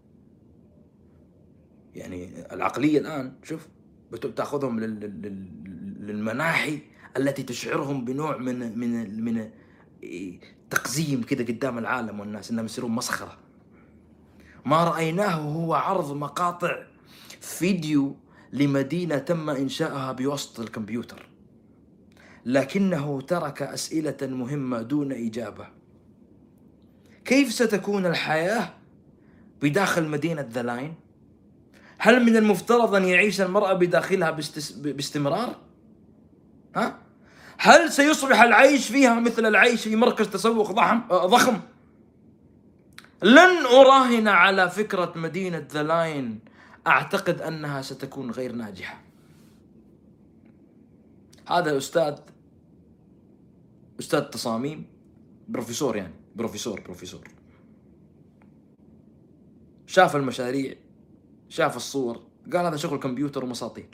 يعني العقليه الان شوف بتاخذهم للمناحي التي تشعرهم بنوع من تقزيم كذا قدام العالم والناس، انهم يصيرون مسخره. ما رايناه هو عرض مقاطع فيديو لمدينه تم انشائها بواسطه الكمبيوتر، لكنه ترك اسئله مهمه دون اجابه. كيف ستكون الحياه بداخل مدينه ذا لاين؟ هل من المفترض أن يعيش المرأة بداخلها باستمرار؟ ها؟ هل سيصبح العيش فيها مثل العيش في مركز تسوق ضخم؟ لن أراهن على فكرة مدينة ذا لاين، أعتقد أنها ستكون غير ناجحة. هذا أستاذ تصاميم، بروفيسور، يعني بروفيسور شاف المشاريع، شاف الصور، قال هذا شغل كمبيوتر ومساطيل.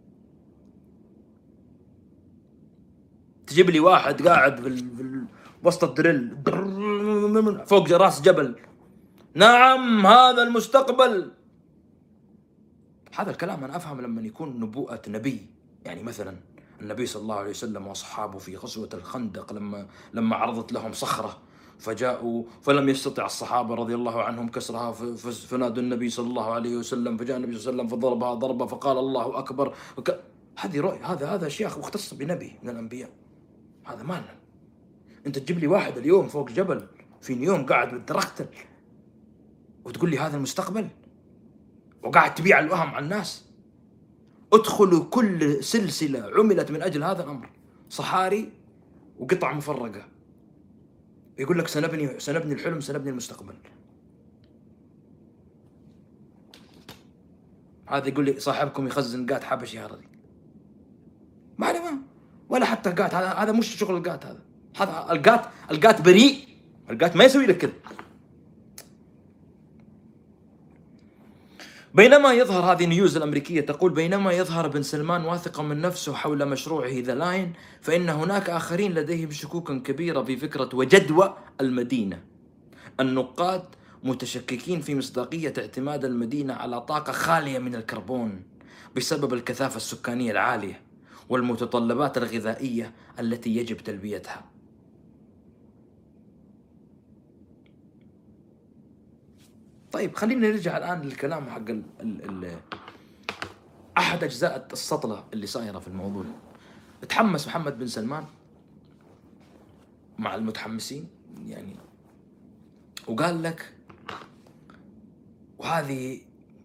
تجيب لي واحد قاعد وسط الدريل فوق راس جبل، نعم هذا المستقبل. هذا الكلام أنا أفهم لما يكون نبوءة نبي، يعني مثلا النبي صلى الله عليه وسلم وأصحابه في غزوة الخندق لما عرضت لهم صخرة فجاءوا فلم يستطع الصحابة رضي الله عنهم كسرها، فنادوا النبي صلى الله عليه وسلم، فجاء النبي صلى الله عليه وسلم فضربها ضربة فقال الله أكبر. هذه رؤية، هذا أشياء مختصة بنبي من الأنبياء. هذا مالنا. أنت تجيب لي واحد اليوم فوق جبل في نيوم قاعد بالدرختل وتقول لي هذا المستقبل، وقاعد تبيع الوهم على الناس. ادخلوا كل سلسلة عملت من أجل هذا الأمر، صحاري وقطع مفرقة، يقول لك سنبني الحلم، سنبني المستقبل. هذا يقول لي صاحبكم يخزن قات حبشي هذا ما عليه، ولا حتى قات، هذا مش شغل القات، هذا القات بريء، القات ما يسوي لك كذا. بينما يظهر، هذه نيوز الأمريكية تقول، بينما يظهر بن سلمان واثقا من نفسه حول مشروعه ذا لاين، فإن هناك آخرين لديهم شكوك كبيرة في فكرة وجدوى المدينة. النقاد متشككين في مصداقية اعتماد المدينة على طاقة خالية من الكربون بسبب الكثافة السكانية العالية والمتطلبات الغذائية التي يجب تلبيتها. طيب خلينا نرجع الآن للكلام حق أحد أجزاء السطلة اللي صايرة في الموضوع. تحمس محمد بن سلمان مع المتحمسين يعني، وقال لك، وهذه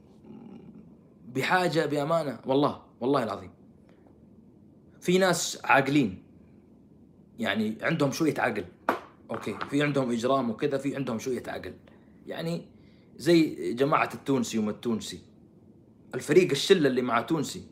بحاجة بأمانة، والله العظيم في ناس عاقلين، يعني عندهم شوية عقل، أوكي، في عندهم إجرام وكذا، في عندهم شوية عقل، يعني زي جماعة التونسي وما التونسي، الفريق الشلة اللي مع تونسي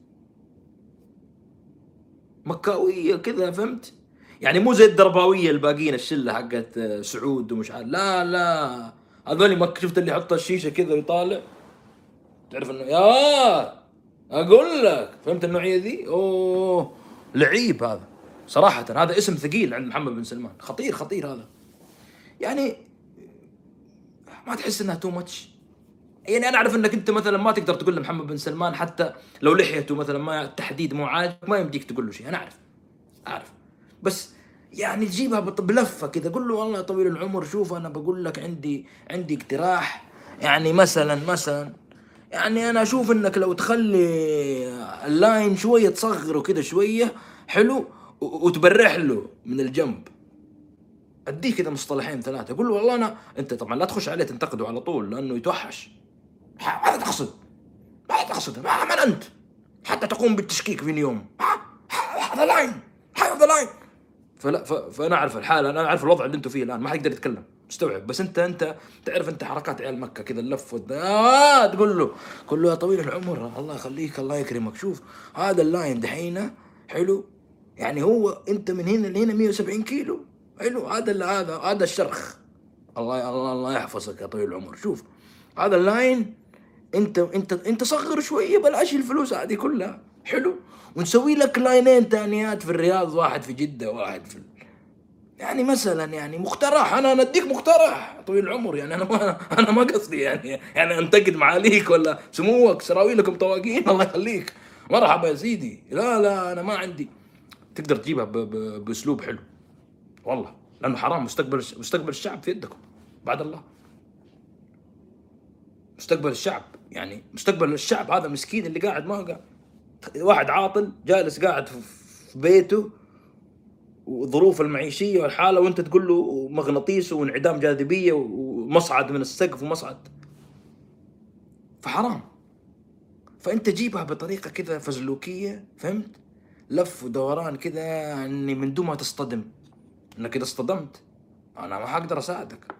مكاوية كذا، فهمت؟ يعني مو زي الدرباوية الباقيين الشلة حقت سعود ومش عارف، لا هذول شفت اللي يحط الشيشة كذا ويطالع، تعرف انه يا اقول لك، فهمت النوعية ذي؟ اوه لعيب هذا صراحة، هذا اسم ثقيل عند محمد بن سلمان، خطير هذا. يعني ما تحس انها تو ماتش؟ يعني انا اعرف انك انت مثلا ما تقدر تقول لمحمد بن سلمان حتى لو لحيته مثلا ما التحديد مو عاجبك، ما يمديك تقول له شيء، انا اعرف، بس يعني تجيبها بلفه كذا، قول له والله طويل العمر، شوف انا بقول لك عندي اقتراح، يعني مثلا يعني انا اشوف انك لو تخلي اللاين شويه تصغره كذا شويه، حلو، وتبرح له من الجنب، اديه كذا مصطلحين ثلاثه، قول له والله انت طبعا لا تخش عليه تنتقده على طول لانه يتوحش، ماذا تقصد من انت حتى تقوم بالتشكيك في يوم؟ هذا لاين فانا اعرف الحاله، انا اعرف الوضع اللي انتم فيه الان، ما حد يقدر يتكلم، مستوعب، بس انت تعرف، انت حركات عيال مكه كذا، اللف تقول له يا طويل العمر الله يخليك الله يكرمك، شوف هذا اللاين دحين حلو، يعني هو انت من هنا لهنا 170 كيلو، حلو، هذا الشرخ، الله يحفظك يا طويل العمر، شوف هذا اللاين انت صغر شويه، بلاش الفلوس هذه كلها، حلو، ونسوي لك لاينين ثانيات في الرياض، واحد في جده، واحد في يعني مثلا يعني مقترح، انا نديك مقترح طويل العمر، يعني انا ما قصدي يعني انتقد معاليك ولا سموك، سراويلكم طواقين الله يخليك، مرحبا يا سيدي، لا انا ما عندي. تقدر تجيبها باسلوب حلو والله، لانه حرام، مستقبل الشعب في يدكم بعد الله. مستقبل الشعب، يعني مستقبل الشعب هذا مسكين اللي قاعد ما قاعد، واحد عاطل جالس قاعد في بيته وظروف المعيشيه والحاله، وانت تقول له مغناطيس وانعدام جاذبيه ومصعد من السقف ومصعد، فحرام. فانت جيبها بطريقه كذا فزلوكيه، فهمت؟ لف ودوران كذا، يعني من دون ما تصطدم، انك اذا اصطدمت انا ما حقدر اساعدك.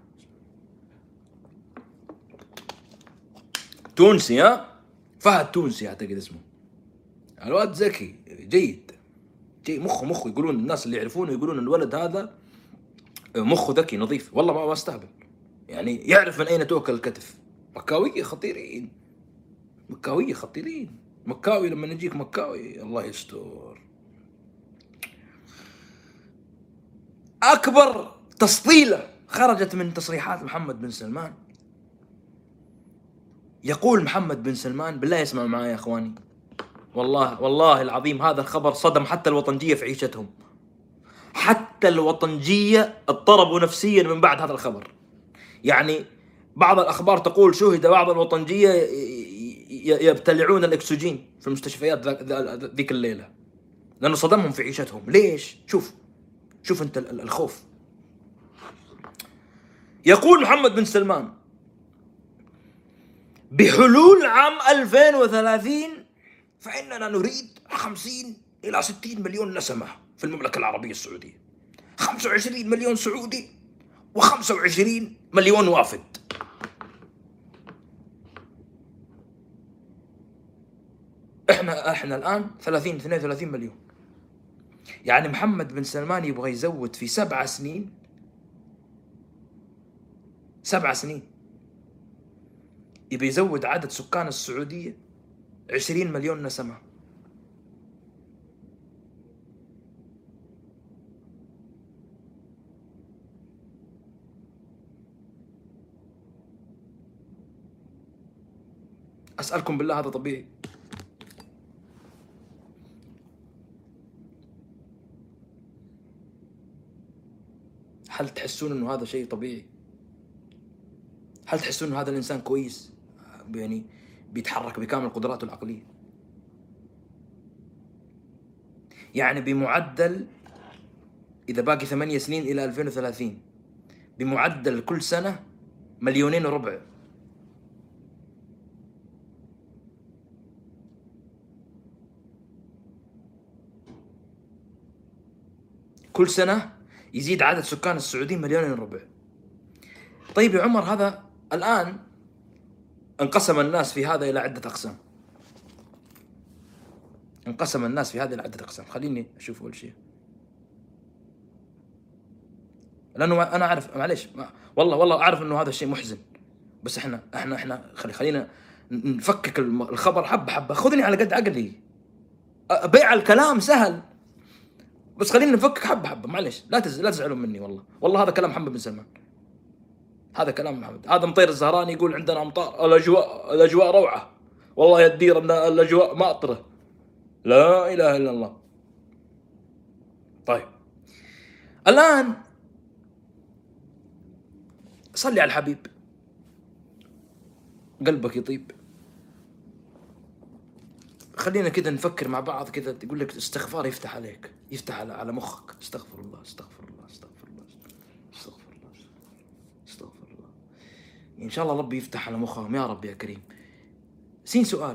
تونسي، ها؟ فهد تونسي اعتقد اسمه، الواد ذكي جيد، مخه يقولون الناس اللي يعرفونه يقولون الولد هذا مخه ذكي نظيف، والله ما استهبل، يعني يعرف من اين تؤكل الكتف. مكاوية خطيرين، مكاوية خطيرين، مكاوي لما نجيك مكاوي الله يستر. اكبر تسطيلة خرجت من تصريحات محمد بن سلمان. يقول محمد بن سلمان، بالله يسمعوا معي يا اخواني، والله العظيم هذا الخبر صدم حتى الوطنجية في عيشتهم، حتى الوطنجية اضطربوا نفسيا من بعد هذا الخبر. يعني بعض الأخبار تقول شهد بعض الوطنجية يبتلعون الأكسجين في المستشفيات ذيك الليلة، لأنه صدمهم في عيشتهم. ليش؟ شوف أنت الخوف. يقول محمد بن سلمان: بحلول عام 2030 فإننا نريد 50 إلى 60 مليون نسمة في المملكة العربية السعودية، 25 مليون سعودي و25 مليون وافد. احنا الآن 32 مليون. يعني محمد بن سلمان يبغى يزود في 7 سنين يبي يزود عدد سكان السعودية 20 مليون نسمة. أسألكم بالله هذا طبيعي؟ هل تحسون انه هذا شيء طبيعي؟ هل تحسون انه هذا الانسان كويس، يعني بيتحرك بكامل قدراته العقلية؟ يعني بمعدل، اذا باقي 8 سنين الى 2030، بمعدل كل سنة 2.25 مليون. كل سنة يزيد عدد سكان السعوديين 1.25 مليون. طيب يا عمر، هذا الآن انقسم الناس في هذا إلى عدة أقسام. خليني أشوف أول شيء، لأنه أنا أعرف، معليش، والله أعرف إنه هذا الشيء محزن، بس إحنا خلينا نفكك الخبر حبة. خذني على قد عقلي، بيع الكلام سهل، بس خلينا نفكك حبة. معليش، لا تزعلوا مني، والله هذا كلام محمد بن سلمان، هذا كلام محمد. هذا مطير الزهراني يقول عندنا أمطار، الأجواء روعة، والله يدير أن الأجواء ماطرة، لا إله إلا الله. طيب الآن صلي على الحبيب، قلبك يطيب. خلينا كده نفكر مع بعض كده، تقول لك استغفار يفتح عليك، يفتح على مخك. استغفر الله. إن شاء الله ربي يفتح على مخهم يا رب يا كريم. سين سؤال،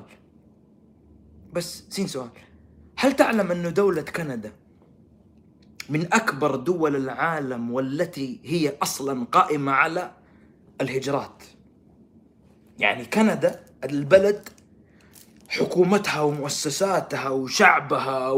هل تعلم أن دولة كندا من أكبر دول العالم والتي هي أصلا قائمة على الهجرات؟ يعني كندا البلد، حكومتها ومؤسساتها وشعبها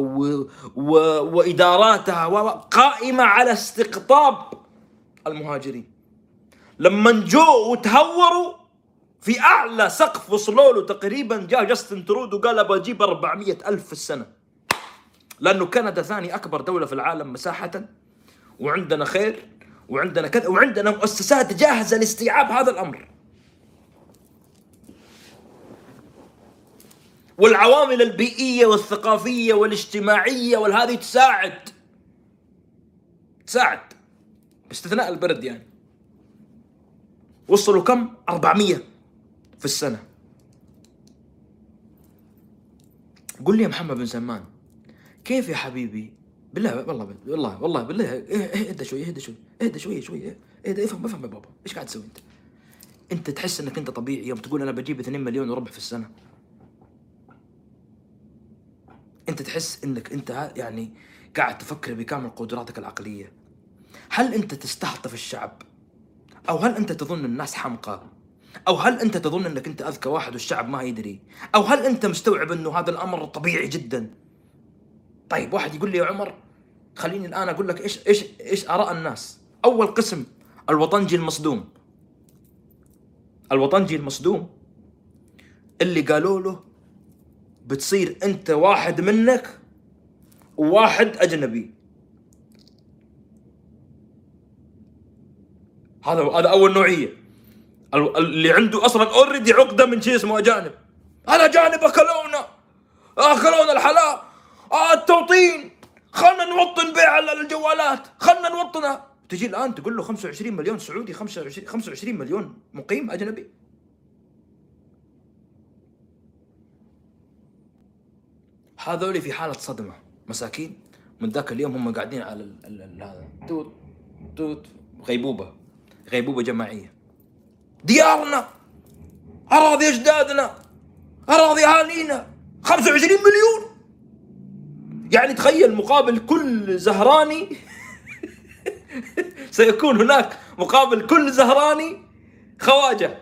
وإداراتها قائمة على استقطاب المهاجرين. لما جو وتهوروا في أعلى سقف وصلوا له تقريبا، جاء جاستن ترودو وقال أبغى أجيب 400,000 في السنة، لأنه كندا ثاني أكبر دولة في العالم مساحة وعندنا خير وعندنا كذا وعندنا مؤسسات جاهزة لاستيعاب هذا الأمر. والعوامل البيئية والثقافية والاجتماعية والهذه تساعد باستثناء البرد. يعني وصلوا كم؟ 400 في السنة. قل لي يا محمد بن سلمان، كيف يا حبيبي؟ بالله والله بالله اهدى شوي افهم يا بابا، ايش قاعد تسوي انت؟ انت تحس انك انت طبيعي يوم تقول انا بجيب 2 مليون وربع في السنة؟ انت تحس انك انت يعني قاعد تفكر بكامل قدراتك العقلية؟ هل انت تستهطف الشعب؟ او هل انت تظن الناس حمقى؟ او هل انت تظن انك انت اذكى واحد والشعب ما يدري؟ او هل انت مستوعب انه هذا الامر طبيعي جدا؟ طيب واحد يقول لي يا عمر، خليني الان اقول لك ايش اراء الناس. اول قسم الوطنجي المصدوم اللي قالوا له بتصير انت واحد منك وواحد اجنبي. هذا اول نوعيه، اللي عنده اصلا اوريدي عقده من شيء اسمه اجانب. الاجانب اكلونا الحلا، التوطين، خلنا نوطن بيع الجوالات، خلنا نوطنها. تجي الان تقول له 25 مليون سعودي، 25 مليون مقيم اجنبي. هذول في حالة صدمة مساكين، من ذاك اليوم هم قاعدين على هذا توت غيبوبة جماعية. ديارنا، أراضي أجدادنا، أراضي أهالينا، 25 مليون. يعني تخيل مقابل كل زهراني سيكون هناك مقابل كل زهراني خواجة،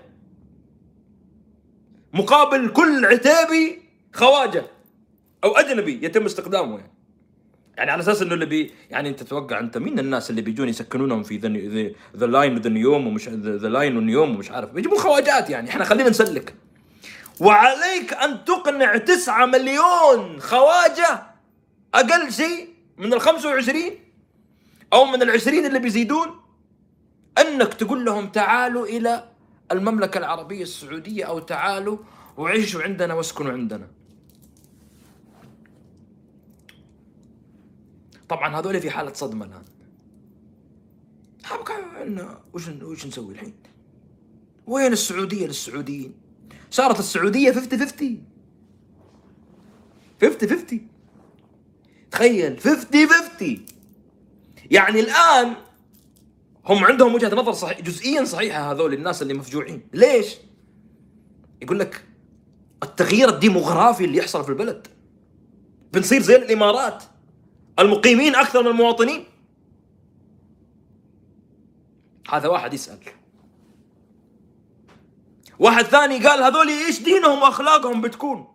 مقابل كل عتيبي خواجة او اجنبي يتم استخدامه. يعني على اساس انه اللي يعني انت تتوقع انت مين الناس اللي بيجون يسكنونهم في ذا لاين وذا نيوم ومش ذا لاين والنيوم ومش عارف، بيجيبون خواجات. يعني احنا خلينا نسلك، وعليك ان تقنع 9 مليون خواجه اقل شيء من ال 25 او من ال 20 اللي بيزيدون، انك تقول لهم تعالوا الى المملكه العربيه السعوديه او تعالوا وعيشوا عندنا واسكنوا عندنا. طبعا هذول في حالة صدمة الآن. وش نسوي الحين؟ وين السعودية للسعوديين؟ صارت السعودية 50-50. تخيل 50-50. يعني الآن هم عندهم وجهة نظر صحيح جزئيا صحيحة هذول الناس اللي مفجوعين. ليش؟ يقول لك التغيير الديموغرافي اللي يحصل في البلد، بنصير زي الإمارات، المقيمين أكثر من المواطنين. هذا واحد يسأل. واحد ثاني قال هذول إيش دينهم وأخلاقهم بتكون،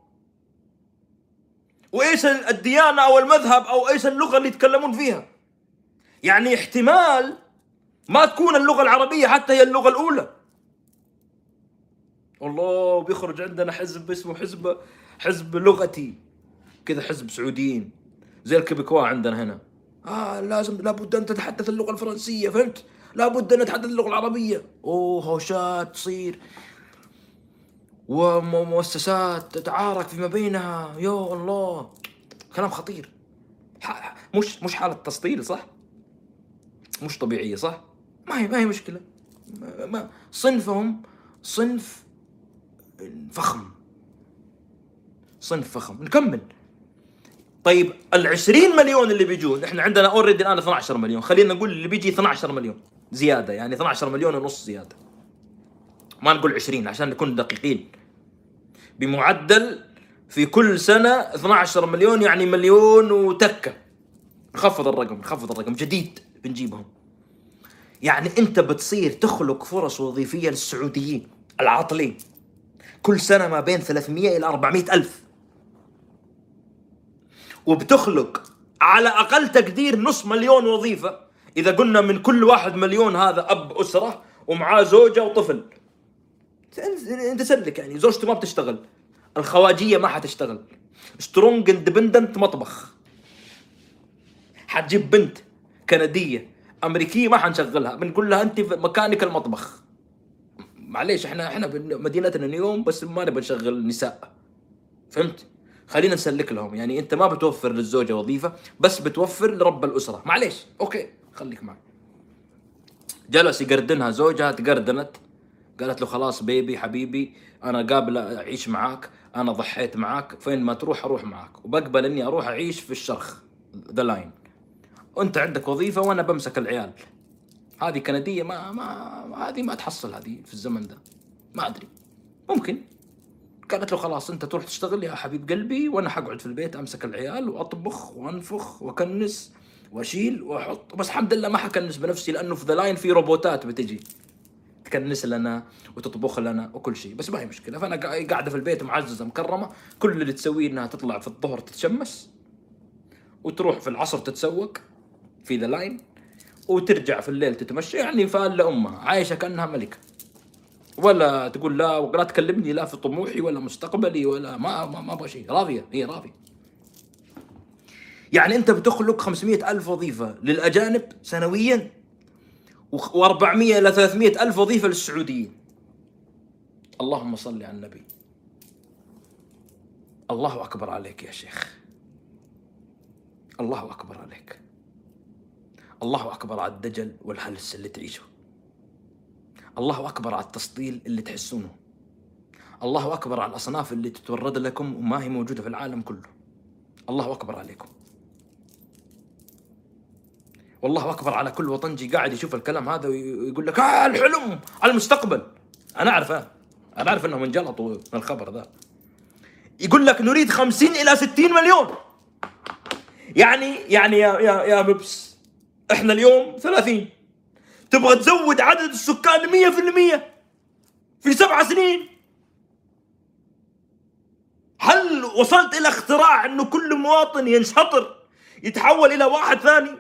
وإيش الديانة أو المذهب أو إيش اللغة اللي يتكلمون فيها. يعني احتمال ما تكون اللغة العربية حتى هي اللغة الأولى. والله بيخرج عندنا حزب اسمه حزب لغتي كذا، حزب سعوديين زي الكيبكوا عندنا هنا. لابد أن تتحدث اللغة الفرنسية، فهمت؟ لابد أن نتحدث اللغة العربية. هوشات تصير ومؤسسات تتعارك فيما بينها. يا الله، كلام خطير. مش حالة تسطيل، صح؟ مش طبيعية، صح؟ ما هي مشكلة. صنفهم صنف فخم. نكمل. طيب 20 مليون اللي بيجون، احنا عندنا اوريدي الان 12 مليون، خلينا نقول اللي بيجي 12 مليون زيادة، يعني 12 مليون ونص زيادة، ما نقول 20 عشان نكون دقيقين. بمعدل في كل سنة 12 مليون، يعني مليون وتكة. نخفض الرقم جديد بنجيبهم. يعني انت بتصير تخلق فرص وظيفية للسعوديين العاطلين كل سنة ما بين 300 إلى 400 ألف، وبتخلق على أقل تقدير 500,000 وظيفة. إذا قلنا من كل 1 مليون هذا أب أسرة ومعاه زوجة وطفل، انت سلك. يعني زوجته ما بتشتغل، الخواجية ما حتشتغل، سترونج اندبندنت مطبخ، حتجيب بنت كندية امريكيه ما حنشغلها، بنقول لها انت في مكانك المطبخ. معليش احنا مدينتنا اليوم بس ما نبغى نشغل نساء، فهمت؟ خلينا نسلك لهم. يعني انت ما بتوفر للزوجه وظيفه، بس بتوفر لرب الاسره. معليش اوكي خليك معي. جلس يقردنها زوجها، تقردنت، قالت له خلاص بيبي حبيبي انا قابله اعيش معاك، انا ضحيت معاك، فين ما تروح اروح معاك، وبقبل اني اروح اعيش في الشرخ ذا لاين، وانت عندك وظيفه وانا بمسك العيال. هذه كنديه ما هذه ما تحصل هذه في الزمن ده، ما ادري ممكن. قالت له خلاص انت تروح تشتغل يا حبيب قلبي، وانا حقعد في البيت امسك العيال واطبخ وانفخ واكنس واشيل واحط. بس الحمد لله ما حكنس بنفسي، لانه في ذا لاين في روبوتات بتجي تكنس لنا وتطبخ لنا وكل شيء، بس ما هي مشكله. فانا قاعده في البيت معززه مكرمه، كل اللي تسويه انها تطلع في الظهر تتشمس، وتروح في العصر تتسوق في ذا لاين، وترجع في الليل تتمشى. يعني فال امها عايشه كانها ملكه، ولا تقول لا ولا تكلمني لا في طموحي ولا مستقبلي ولا ما ابغى شيء. راضيه، هي راضيه. يعني انت بتخلق 500,000 وظيفه للاجانب سنويا، و400 الى 300 الف وظيفه للسعوديين. اللهم صل على النبي. الله اكبر عليك يا شيخ، الله اكبر عليك، الله اكبر على الدجل والهلس اللي تعيشه، الله اكبر على التسطيل اللي تحسونه، الله اكبر على الاصناف اللي تتورد لكم وما هي موجوده في العالم كله. الله اكبر عليكم، والله اكبر على كل وطنجي قاعد يشوف الكلام هذا ويقول لك الحلم على المستقبل. انا اعرف انهم انجلطوا من الخبر ذا. يقول لك نريد 50 الى 60 مليون. يعني يا مبس، احنا اليوم 30، تبغى تزود عدد السكان 100% في 7 سنين. هل وصلت الى اختراع انه كل مواطن ينشطر يتحول الى واحد ثاني؟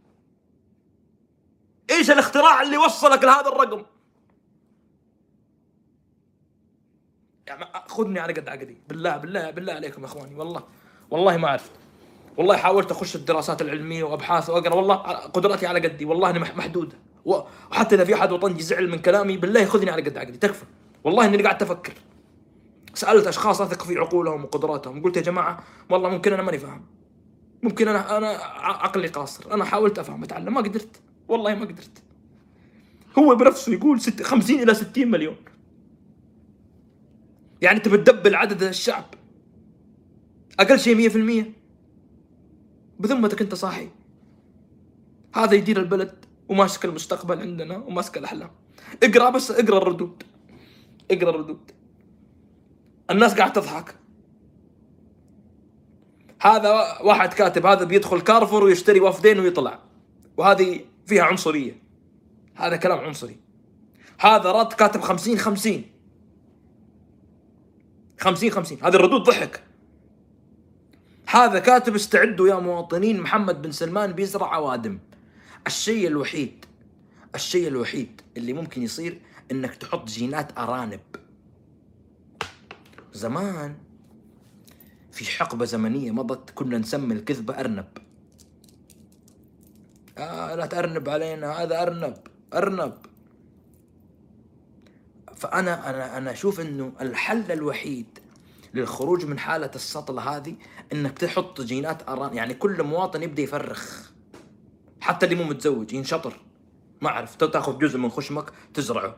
ايش الاختراع اللي وصلك لهذا الرقم؟ يعني خذني على قد عقدي، بالله عليكم يا اخواني. والله ما عرفت، والله حاولت اخش الدراسات العلميه وابحاث واقرا، والله قدراتي على قدي، والله اني محدوده. وحتى اذا في احد وطنجي زعل من كلامي، بالله خذني على قد عقدي تكفى. والله اني قاعد افكر، سالت اشخاص اثق في عقولهم وقدراتهم، قلت يا جماعه والله ممكن انا ماني فاهم، ممكن انا عقلي قاصر، انا حاولت افهم اتعلم ما قدرت، والله ما قدرت. هو بنفسه يقول 50 الى 60 مليون. يعني تبي تدبل عدد الشعب اقل شيء 100%؟ بذمتك انت صاحي؟ هذا يدير البلد وماسك المستقبل عندنا وماسك الاحلام. اقرا بس، اقرا الردود. الناس قاعد تضحك. هذا واحد كاتب هذا بيدخل كارفور ويشتري وفدين ويطلع، وهذه فيها عنصريه، هذا كلام عنصري. هذا رد كاتب 50-50، هذه الردود ضحك. هذا كاتب استعدوا يا مواطنين، محمد بن سلمان بيزرع عوادم. الشيء الوحيد اللي ممكن يصير انك تحط جينات ارانب. زمان في حقبة زمنية مضت كنا نسمي الكذبة ارنب. لا تأرنب علينا، هذا ارنب. فانا اشوف انه الحل الوحيد للخروج من حالة السطلة هذه انك تحط جينات ارانب. يعني كل مواطن يبدأ يفرخ، حتى اللي مو متزوج ينشطر. ما اعرف، تاخذ جزء من خشمك تزرعه.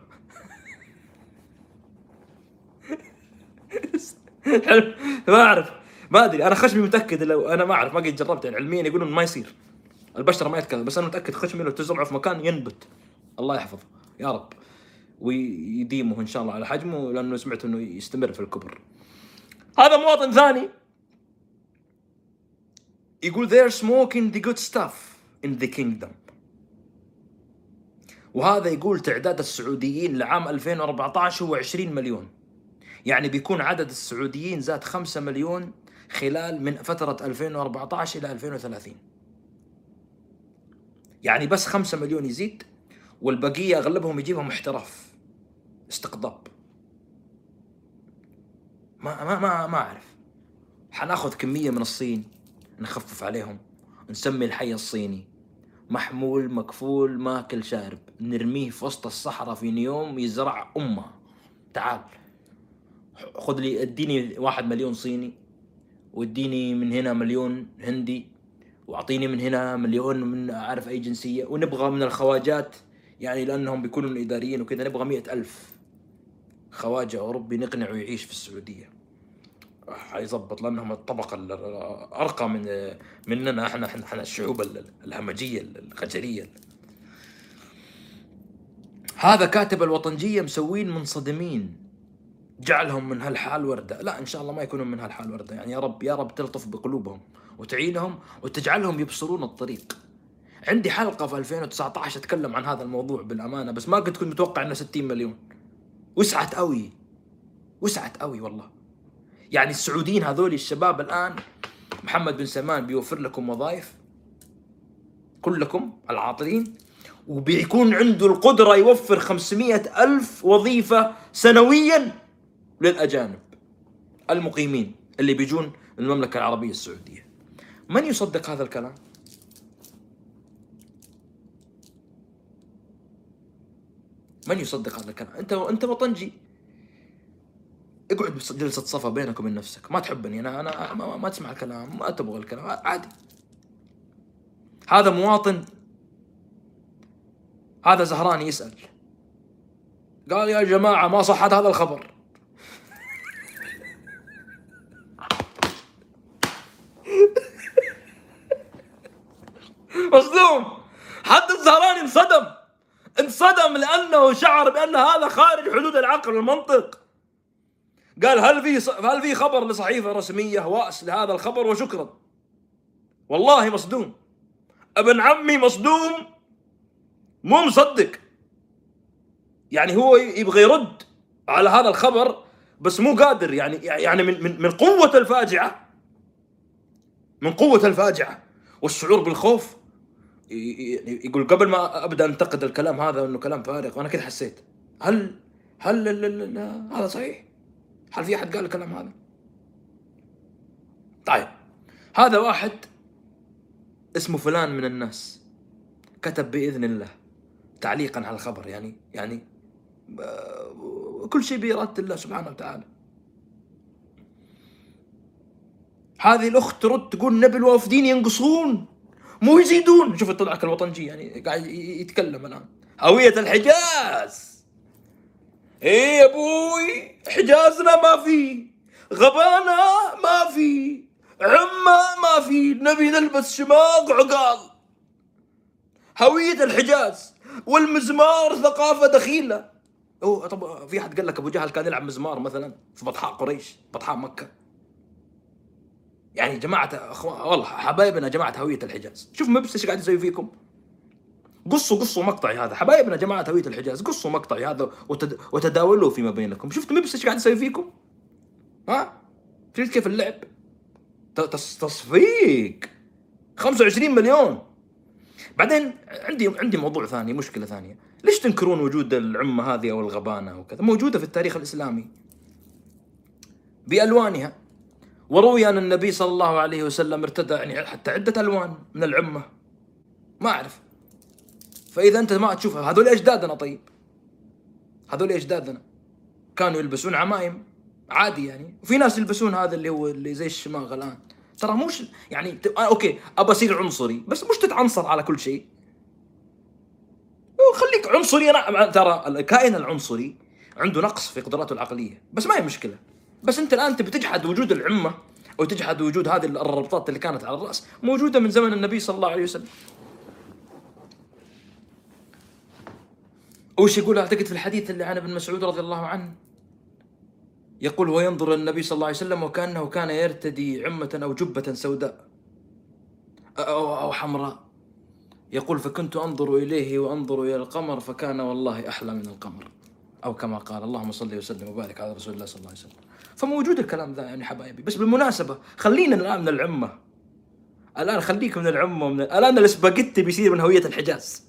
ما اعرف، ما ادري، انا خشمي متاكد، لو انا ما اعرف، ما قد جربت. يعني علميا يقولون ما يصير، البشره ما يتكلم، بس انا متاكد خشمي لو تزرعه في مكان ينبت. الله يحفظه يا رب ويديمه ان شاء الله على حجمه، لانه سمعت انه يستمر في الكبر. هذا مواطن ثاني يقول they're smoking the good stuff in the kingdom. وهذا يقول تعداد السعوديين لعام 2014 هو 20 مليون. يعني بيكون عدد السعوديين زاد 5 مليون خلال من فترة 2014 إلى 2030. يعني بس 5 مليون يزيد، والبقية أغلبهم يجيبهم احتراف، استقطاب. ما أعرف. حناخذ كمية من الصين نخفف عليهم، نسمي الحي الصيني، محمول مكفول ماكل شارب، نرميه في وسط الصحراء في يوم يزرع أمه. تعال خذ لي، اديني 1 مليون صيني، واديني من هنا 1 مليون هندي، واعطيني من هنا 1 مليون من أعرف أي جنسية، ونبغى من الخواجات يعني لأنهم بيكونوا إداريين وكذا، نبغى 100,000 خواجة أوروبي نقنعه يعيش في السعودية. حيظبط لأنهم الطبقة الأرقى مننا احنا الشعوب الهمجية الخجلية. هذا كاتب الوطنجية مسوين منصدمين، جعلهم من هالحال وردة. لا إن شاء الله ما يكونوا من هالحال وردة، يعني يا رب تلطف بقلوبهم وتعينهم وتجعلهم يبصرون الطريق. عندي حلقة في 2019 أتكلم عن هذا الموضوع بالأمانة، بس ما كنت متوقع إنه 60 مليون. وسعت قوي والله. يعني السعوديين هذول الشباب الآن محمد بن سلمان بيوفر لكم وظائف كلكم العاطلين، وبيكون عنده القدرة يوفر 500,000 وظيفة سنويا للأجانب المقيمين اللي بيجون المملكة العربية السعودية. من يصدق هذا الكلام؟ من يصدق هذا الكلام؟ انت وطنجي، اقعد بجلسة صفا بينك وبين نفسك. ما تحبني انا ما تسمع الكلام، ما تبغى الكلام، عادي. هذا مواطن، هذا زهراني يسأل، قال يا جماعة ما صحت هذا الخبر. مصدوم. حتى الزهراني انصدم لأنه شعر بأن هذا خارج حدود العقل والمنطق. قال هل في خبر لصحيفة رسمية واس لهذا الخبر؟ وشكرا. والله مصدوم، ابن عمي مصدوم، مو مصدق. يعني هو يبغى يرد على هذا الخبر بس مو قادر، يعني من قوة الفاجعة، من قوة الفاجعة والشعور بالخوف يقول قبل ما ابدا انتقد الكلام هذا انه كلام فارغ. وانا كده حسيت، هل هذا صحيح؟ هل في احد قال الكلام هذا؟ طيب، هذا واحد اسمه فلان من الناس كتب بإذن الله تعليقا على الخبر، يعني كل شيء بإرادة الله سبحانه وتعالى. هذه الأخت ترد تقول نبي الوافدين ينقصون مو يزيدون. شوف طلعك الوطنجي يعني قاعد يتكلم الآن. هوية الحجاز، ايه يا ابوي، حجازنا ما في، غبانا ما في، عمة ما في، نبي نلبس شماغ عقال. هوية الحجاز والمزمار ثقافة دخيلة. طب في حد قال لك ابو جهل كان يلعب مزمار مثلا في بطحاء قريش، بطحاء مكة؟ يعني جماعة والله حبايبنا جماعة هوية الحجاز، شوف مبس ايش قاعد يسوي فيكم. قصوا مقطعي هذا، حبايبنا جماعة هوية الحجاز، قصوا مقطعي هذا وتداولوا فيما بينكم. شفت مبس ايش قاعد يسوي فيكم؟ ها؟ شفت كيف اللعب؟ تصفيق 25 مليون. بعدين عندي موضوع ثاني، مشكلة ثانية. ليش تنكرون وجود العمة هذه أو الغبانة وكذا؟ موجودة في التاريخ الإسلامي بألوانها، وروي أن النبي صلى الله عليه وسلم ارتدى يعني حتى عدة ألوان من العمة، ما أعرف. فإذا أنت ما تشوفها، هذول أجدادنا. طيب هذول أجدادنا كانوا يلبسون عمائم عادي يعني، وفي ناس يلبسون هذا اللي زي الشماغ الآن. ترى مش يعني أوكي أبى أصير عنصري، بس مش تتعنصر على كل شيء. خليك عنصري. أنا ترى الكائن العنصري عنده نقص في قدراته العقلية، بس ما هي مشكلة. بس أنت الآن تبي تجحد وجود العمة أو تجحد وجود هذه الربطات اللي كانت على الرأس، موجودة من زمن النبي صلى الله عليه وسلم. وش يقول أعتقد في الحديث اللي عن ابن مسعود رضي الله عنه، يقول وينظر النبي صلى الله عليه وسلم وكأنه كان يرتدي عمة أو جبة سوداء أو حمراء، يقول فكنت أنظر إليه وأنظر إلى القمر فكان والله أحلى من القمر، أو كما قال. اللهم صل وسلم وبارك على رسول الله صلى الله عليه وسلم. فموجود الكلام ذا يعني حبايبي. بس بالمناسبة خلينا الآن من العمة، الآن خليك من العمة الآن الاسباجيتي بيصير من هوية الحجاز.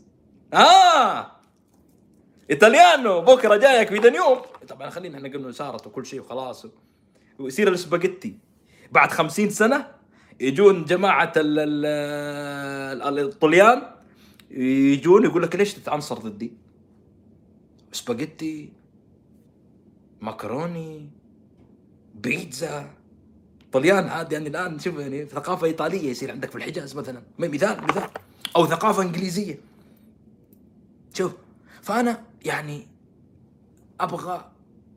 إيطاليانو بكرة جايك في دنيوم. طبعا خلينا احنا قلنا صارت وكل شيء وخلاص، ويصير الاسباجيتي بعد 50 سنة يجون جماعة الطليان يجون يقول لك ليش تتعنصر ضدي؟ سباجيتي، مكروني، بيتزا، طليان عادي. يعني الان شوف يعني ثقافه ايطاليه يصير عندك في الحجاز مثلا، مثال، او ثقافه انجليزيه. شوف، فانا يعني ابغى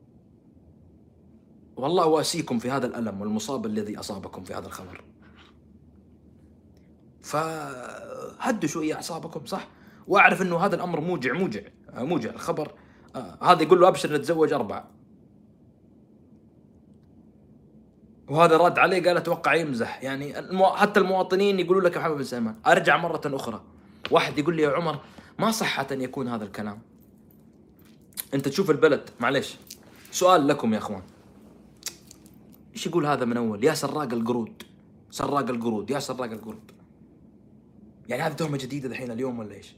والله اواسيكم في هذا الالم والمصاب الذي اصابكم في هذا الخبر، فهدوا شويه اعصابكم، صح؟ واعرف انه هذا الامر موجع الخبر. هذا يقول له ابشر نتزوج 4، وهذا رد عليه قال اتوقع يمزح. يعني حتى المواطنين يقولوا لك يا محمد بن سلمان. ارجع مره اخرى، واحد يقول لي يا عمر ما صحة ان يكون هذا الكلام. انت تشوف البلد، معليش سؤال لكم يا اخوان، ايش يقول هذا من اول؟ يا سراق القرود، سراق القرود، يا سراق القرود. يعني هذه تهمة جديدة الحين اليوم ولا ايش؟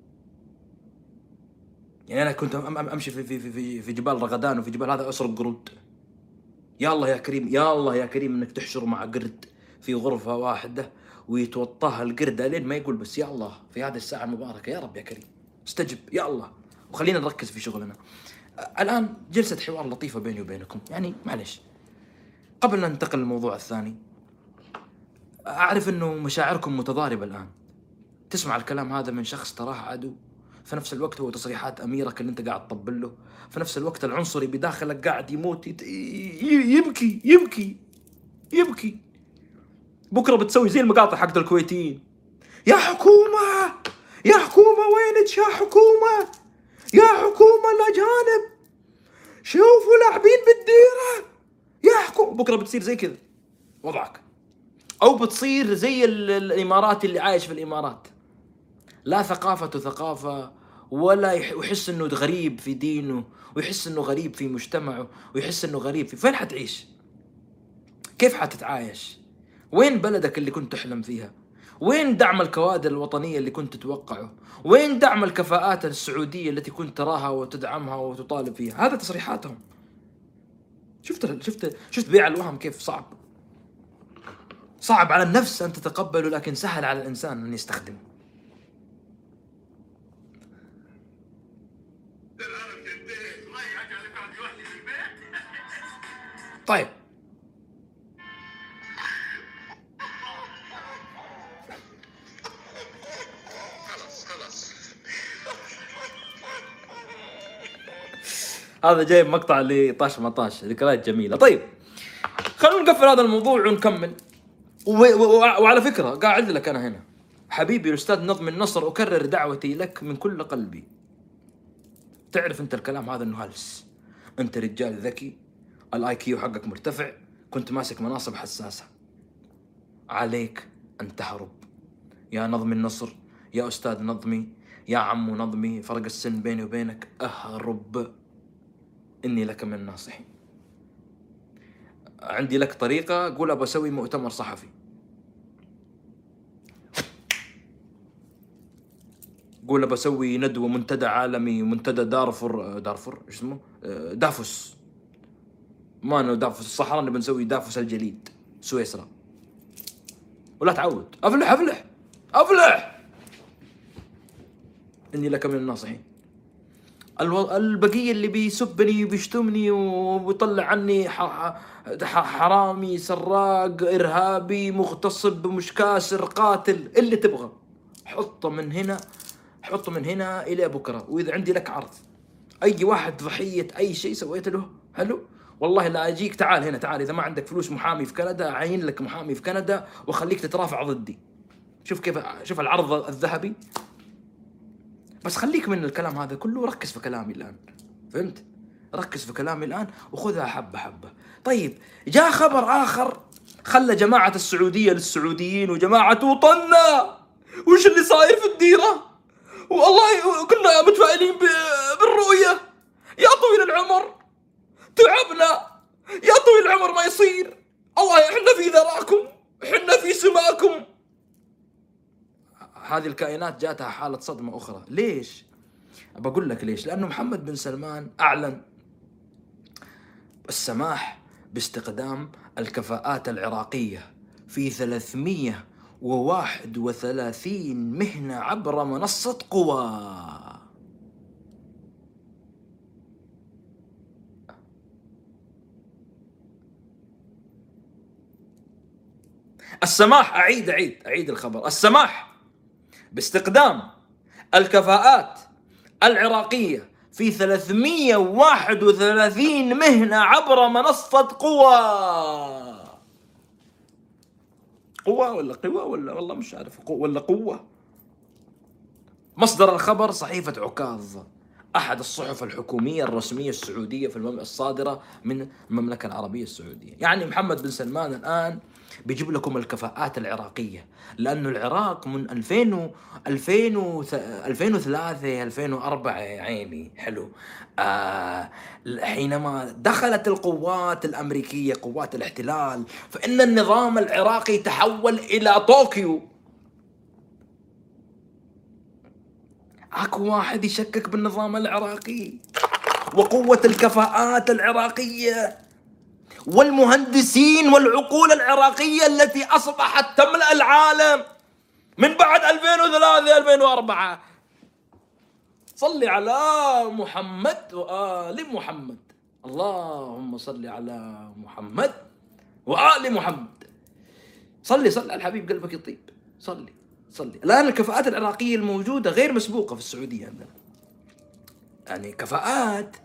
يعني انا كنت امشي في جبال رغدان وفي جبال هذا اسرق قرود. يا الله يا كريم، يا الله يا كريم انك تحشر مع قرد في غرفة واحدة ويتوطاها القرد لين ما يقول بس يا الله في هذه الساعة المباركة يا رب يا كريم استجب يا الله، وخلينا نركز في شغلنا. الآن جلسة حوار لطيفة بيني وبينكم، يعني معلش قبل أن ننتقل للموضوع الثاني. أعرف أنه مشاعركم متضاربة الآن، تسمع الكلام هذا من شخص تراه عدو، في نفس الوقت هو تصريحات أميرك اللي أنت قاعد تطبل له، في نفس الوقت العنصري بداخلك قاعد يموت يبكي يبكي يبكي. بكرة بتسوي زي المقاطع حقت الكويتيين، يا حكومة يا حكومة وينك يا حكومة، يا حكومة الأجانب شوفوا لاعبين بالديرة يا حكومة. بكرة بتصير زي كذا وضعك، أو بتصير زي الإماراتي اللي عايش في الإمارات، لا ثقافة ولا يحس إنه غريب في دينه، ويحس إنه غريب في مجتمعه، ويحس إنه غريب في فين حتعيش؟ كيف حتتعايش؟ وين بلدك اللي كنت تحلم فيها؟ وين دعم الكوادر الوطنية اللي كنت تتوقعه؟ وين دعم الكفاءات السعودية التي كنت تراها وتدعمها وتطالب فيها؟ هذا تصريحاتهم. شفت بيع الوهم كيف صعب على النفس أن تتقبله، لكن سهل على الإنسان أن يستخدمه. طيب هذا جايب مقطع لطاش مطاش، ذكريات جميلة. طيب خلونا نقفل هذا الموضوع ونكمل. وعلى فكرة قاعد لك أنا هنا حبيبي الأستاذ نظم النصر، أكرر دعوتي لك من كل قلبي. تعرف أنت الكلام هذا إنه هلس، أنت رجال ذكي، الآي كيو حقك مرتفع، كنت ماسك مناصب حساسة، عليك أن تهرب يا نظم النصر، يا أستاذ نظمي، يا عمو نظمي، فرق السن بيني وبينك، أهرب، إني لك من الناصحين. عندي لك طريقة، قول أبى أسوي مؤتمر صحفي، قول أبى أسوي ندوة، منتدى عالمي، منتدى دارفور إيش اسمه؟ دافوس، ما أنا دافوس الصحراء، نبي نسوي دافوس الجليد سويسرا. ولا تعود، أفلح إني لك من الناصحين. البقية اللي بيسبني وبيشتمني وبيطلع عني حرامي، سراق، إرهابي، مغتصب، مش كاسر، قاتل، اللي تبغى حطه من هنا إلى بكرة. وإذا عندي لك عرض، أي واحد ضحية أي شيء سويت له حلو، والله لا أجيك. تعال هنا، تعال، إذا ما عندك فلوس محامي في كندا أعين لك محامي في كندا وخليك تترافع ضدي. شوف العرض الذهبي. بس خليك من الكلام هذا كله وركز في كلامي الآن، فهمت؟ ركز في كلامي الآن وخذها حبة حبة. طيب جاء خبر آخر خلى جماعة السعودية للسعوديين وجماعة وطننا وش اللي صاير في الديرة، والله كنا متفائلين بالرؤية. يا طويل العمر تعبنا، يا طويل العمر ما يصير، الله احنا في ذراكم، احنا في سماكم. هذه الكائنات جاتها حالة صدمة أخرى. ليش؟ بقول لك ليش. لأنه محمد بن سلمان أعلن السماح باستخدام الكفاءات العراقية في 300 و31 مهنة عبر منصة قوى. السماح، أعيد الخبر، السماح باستخدام الكفاءات العراقية في 331 مهنة عبر منصة قوى. قوة ولا قوة ولا والله مش عارف، ولا قوة. مصدر الخبر صحيفة عكاظ، أحد الصحف الحكومية الرسمية السعودية في الصادرة من المملكة العربية السعودية. يعني محمد بن سلمان الآن بيجيب لكم الكفاءات العراقية، لأنه العراق من 2003 2004 يا عيني حلو، حينما دخلت القوات الأمريكية قوات الاحتلال، فإن النظام العراقي تحول إلى طوكيو. اكو واحد يشكك بالنظام العراقي وقوة الكفاءات العراقية والمهندسين والعقول العراقية التي أصبحت تملأ العالم من بعد 2003 2004. صل على محمد وآل محمد، اللهم صل على محمد وآل محمد. صلي على الحبيب قلبك يطيب، صلي. الآن الكفاءات العراقية الموجودة غير مسبوقة في السعودية عندنا، يعني كفاءات،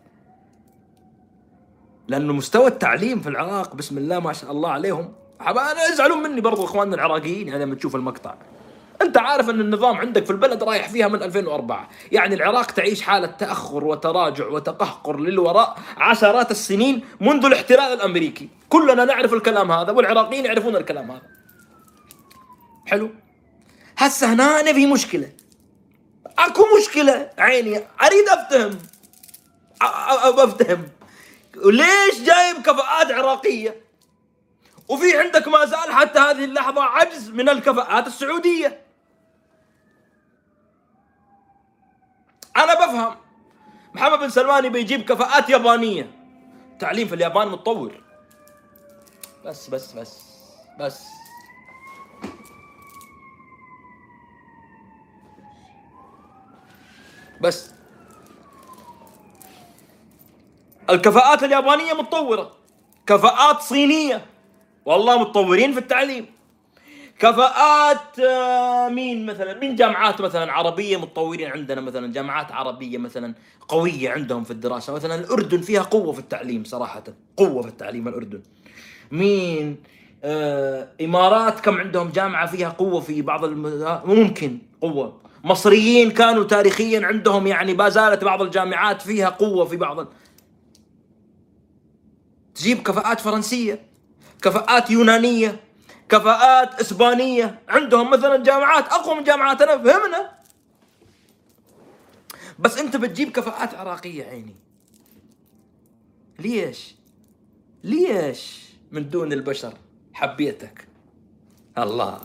لأنه مستوى التعليم في العراق بسم الله ما شاء الله عليهم. أنا يزعلون مني برضو إخواننا العراقيين يعني لما تشوف المقطع. أنت عارف أن النظام عندك في البلد رايح فيها من 2004، يعني العراق تعيش حالة تأخر وتراجع وتقهقر للوراء عشرات السنين منذ الاحتلال الأمريكي. كلنا نعرف الكلام هذا والعراقيين يعرفون الكلام هذا. حلو، هسه هنا أنا في مشكلة، اكو مشكلة عيني، اريد افتهم وليش جايب كفاءات عراقية وفي عندك ما زال حتى هذه اللحظة عجز من الكفاءات السعودية. انا بفهم محمد بن سلمان بيجيب كفاءات يابانية، تعليم في اليابان متطور. بس بس بس بس بس الكفاءات اليابانية متطورة، كفاءات صينية والله متطورين في التعليم، كفاءات مين مثلا من جامعات مثلا عربية متطورين عندنا، مثلا جامعات عربية مثلا قوية عندهم في الدراسة. مثلا الأردن فيها قوة في التعليم صراحة، قوة في التعليم الأردن. مين إمارات كم عندهم جامعة فيها قوة في بعض ممكن قوة. مصريين كانوا تاريخيا عندهم يعني ما زالت بعض الجامعات فيها قوة في بعض. تجيب كفاءات فرنسية، كفاءات يونانية، كفاءات إسبانية، عندهم مثلا جامعات أقوى من جامعاتنا، فهمنا. بس أنت بتجيب كفاءات عراقية عيني، ليش من دون البشر؟ حبيتك الله.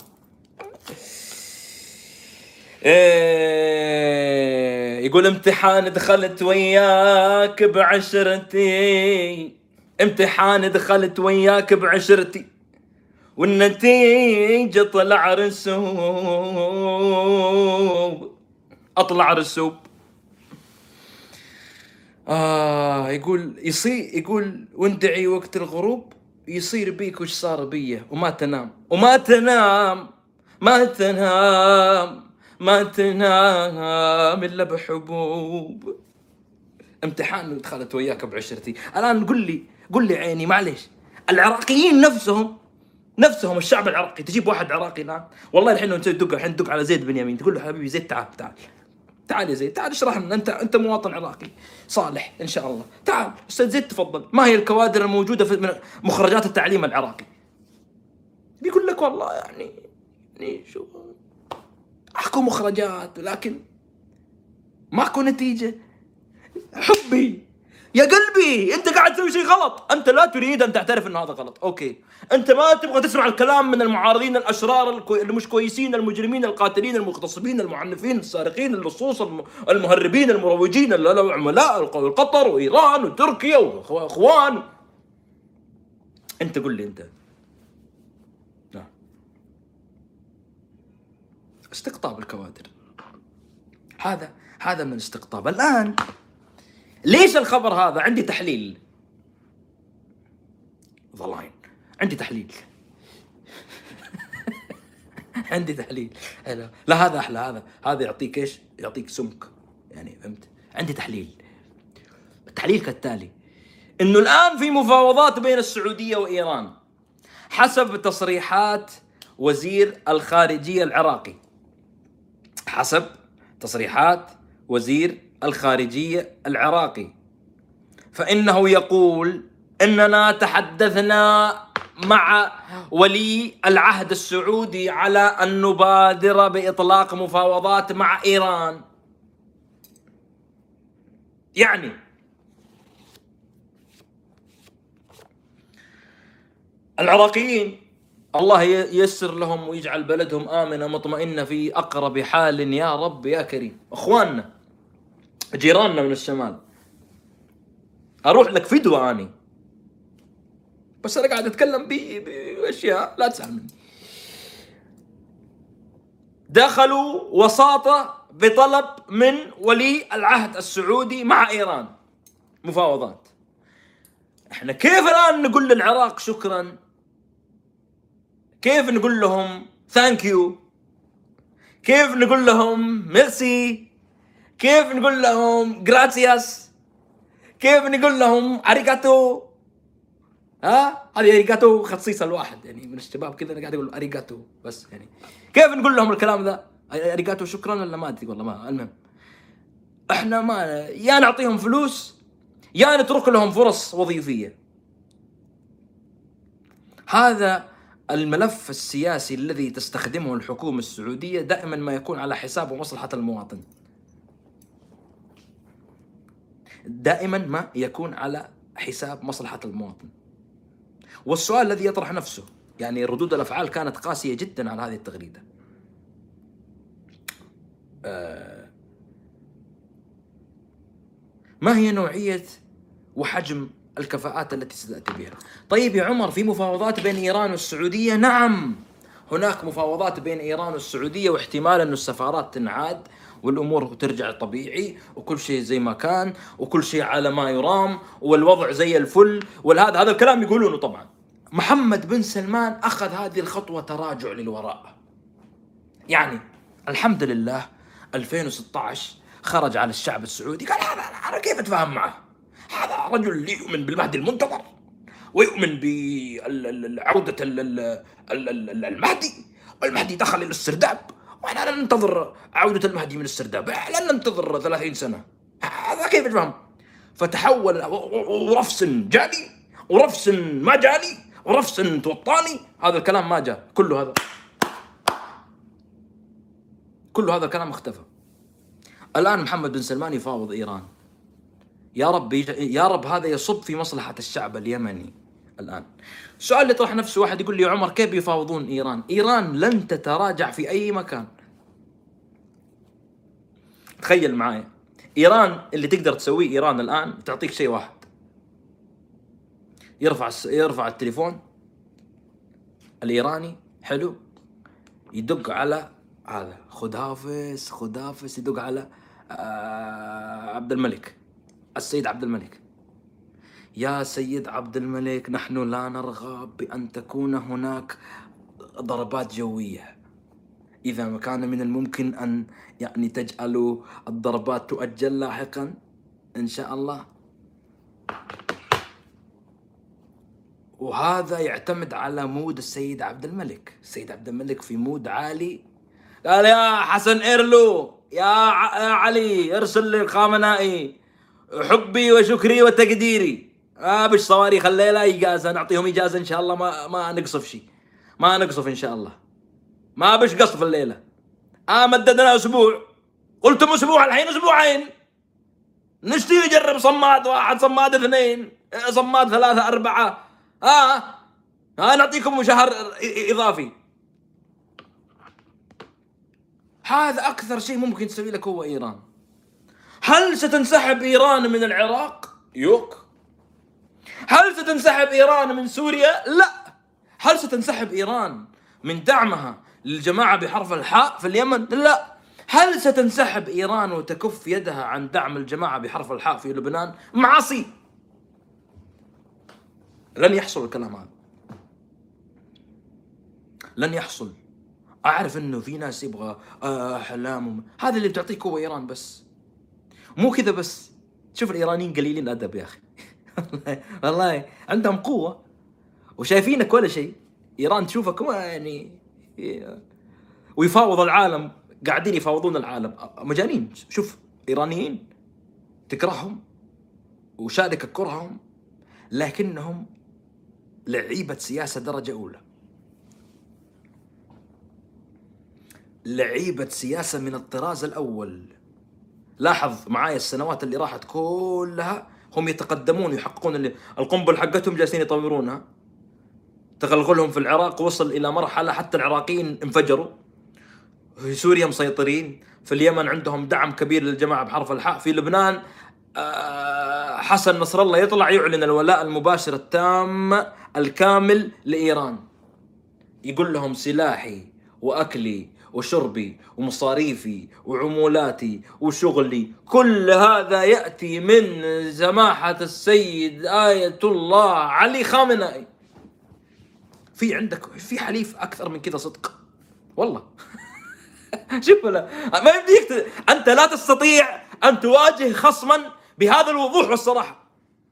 يقول امتحان دخلت وياك بعشرتي، امتحان دخلت وياك بعشرتي والنتيجة طلع رسوب، اطلع رسوب. يقول وندعي وقت الغروب يصير بيك وش صار بيه، وما تنام الا بحبوب. امتحان دخلت وياك بعشرتي. الان قل لي عيني معليش، العراقيين نفسهم الشعب العراقي، تجيب واحد عراقي الان والله الحين تدق على زيد بنيامين تقول له حبيبي زيد تعال يا زيد، تعال اشرح لنا، انت مواطن عراقي صالح ان شاء الله، تعال استاذ زيد تفضل، ما هي الكوادر الموجوده في مخرجات التعليم العراقي؟ بيقول لك والله يعني شو احكوا مخرجات لكن ماكو نتيجه. حبي يا قلبي انت قاعد تسوي شيء غلط، انت لا تريد ان تعترف ان هذا غلط، اوكي، انت ما تبغى تسمع الكلام من المعارضين الاشرار اللي مش كويسين، المجرمين القاتلين المغتصبين المعنفين السارقين اللصوص المهربين المروجين العملاء القطر وايران وتركيا واخوان. انت قل لي انت استقطاب الكوادر. هذا من الاستقطاب. الآن ليش الخبر هذا؟ عندي تحليل. ضلاين عندي تحليل. عندي تحليل. لا هذا أحلى. هذا يعطيك إيش؟ يعطيك سمك يعني، فهمت؟ عندي تحليل. التحليل كالتالي: إنه الآن في مفاوضات بين السعودية وإيران حسب تصريحات وزير الخارجية العراقي. حسب تصريحات وزير الخارجية العراقي، فإنه يقول إننا تحدثنا مع ولي العهد السعودي على أن نبادر بإطلاق مفاوضات مع إيران. يعني العراقيين الله ييسر لهم ويجعل بلدهم آمنة مطمئنة في أقرب حال يا رب يا كريم. أخواننا جيراننا من الشمال، أروح لك فدوة أني، بس أنا قاعد أتكلم بأشياء لا تزعل مني. دخلوا وساطة بطلب من ولي العهد السعودي مع إيران مفاوضات. احنا كيف الآن نقول للعراق شكرا؟ كيف نقول لهم ثانك يو؟ كيف نقول لهم ميرسي؟ كيف نقول لهم جراتياس؟ كيف نقول لهم اريغاتو؟ هذه اريغاتو خصيصة الواحد يعني من الشباب كذا، انا قاعد اقول اريغاتو بس يعني. كيف نقول لهم الكلام ذا؟ اريغاتو شكرا ولا ما ادري والله ما. المهم احنا ما يا نعطيهم فلوس يا نترك لهم فرص وظيفية. هذا الملف السياسي الذي تستخدمه الحكومة السعودية دائما ما يكون على حساب ومصلحة المواطن. دائما ما يكون على حساب مصلحة المواطن. والسؤال الذي يطرح نفسه، يعني ردود الأفعال كانت قاسية جدا على هذه التغريدة. ما هي نوعية وحجم الكفاءات التي ستأتي بها؟ طيب يا عمر، في مفاوضات بين إيران والسعودية؟ نعم، هناك مفاوضات بين إيران والسعودية، واحتمال أن السفارات تنعاد والأمور ترجع طبيعي وكل شيء زي ما كان وكل شيء على ما يرام والوضع زي الفل. هذا الكلام يقولونه. طبعا محمد بن سلمان أخذ هذه الخطوة تراجع للوراء. يعني الحمد لله 2016 خرج على الشعب السعودي قال أنا كيف أتفاهم معه؟ هذا رجل يؤمن بالمهدي المنتظر ويؤمن بعودة المهدي، والمهدي دخل إلى السرداب وإحنا لا ننتظر عودة المهدي من السرداب، لن ننتظر 30 سنة. هذا كيف تفهم؟ فتحول ورفس جالي ورفس ما جالي ورفس توطاني. هذا الكلام ما جاء، كله هذا الكلام اختفى. الآن محمد بن سلمان يفاوض إيران. يا رب هذا يصب في مصلحة الشعب اليمني. الآن السؤال اللي طرح نفسه واحد يقول لي عمر كيف يفاوضون إيران؟ إيران لن تتراجع في أي مكان. تخيل معايا، إيران اللي تقدر تسويه إيران الآن تعطيك شيء واحد: يرفع التليفون الإيراني حلو، يدق على هذا خدافس يدق على عبد الملك، السيد عبد الملك: يا سيد عبد الملك، نحن لا نرغب بأن تكون هناك ضربات جوية. إذا كان من الممكن أن يعني تجعلوا الضربات تؤجل لاحقا إن شاء الله. وهذا يعتمد على مود السيد عبد الملك. السيد عبد الملك في مود عالي، قال يا حسن إيرلو، يا علي ارسل لي الخامنائي حبي وشكري وتقديري. بش صواريخ الليلة إجازة، نعطيهم إجازة إن شاء الله، ما نقصف شيء، ما نقصف إن شاء الله، ما بش قصف الليلة. مددنا أسبوع، قلتم أسبوع، الحين أسبوعين. نشتي نجرب صماد 1 صماد 2 صماد 3 4 نعطيكم شهر إضافي. هذا أكثر شيء ممكن تسوي لك هو إيران. هل ستنسحب إيران من العراق؟ يوك. هل ستنسحب إيران من سوريا؟ لا. هل ستنسحب إيران من دعمها للجماعة بحرف الحاء في اليمن؟ لا. هل ستنسحب إيران وتكف يدها عن دعم الجماعة بحرف الحاء في لبنان؟ معاصي. لن يحصل الكلام هذا، لن يحصل. أعرف إنه في ناس يبغى أحلام، هذا اللي بتعطيك قوة إيران بس. مو كذا بس، شوف الإيرانيين قليلين أدب يا أخي. والله عندهم قوة وشايفينك ولا شيء. إيران تشوفك يعني ويفاوض العالم، قاعدين يفاوضون العالم، مجانين. شوف إيرانيين تكرههم وشارك كرههم، لكنهم لعيبة سياسة درجة أولى، لعيبة سياسة من الطراز الأول. لاحظ معايا السنوات اللي راحت كلها هم يتقدمون ويحققون القنبل حقتهم، جالسين يطورونها. تغلغلهم في العراق وصل إلى مرحلة حتى العراقيين انفجروا. في سوريا مسيطرين، في اليمن عندهم دعم كبير للجماعة بحرف الحاء، في لبنان حسن نصر الله يطلع يعلن الولاء المباشر التام الكامل لإيران، يقول لهم سلاحي وأكلي وشربي ومصاريفي وعمولاتي وشغلي كل هذا يأتي من سماحة السيد آية الله علي خامنئي. في عندك في حليف أكثر من كذا صدق والله. شوف، لا ما يمديك أنت لا تستطيع أن تواجه خصما بهذا الوضوح والصراحة.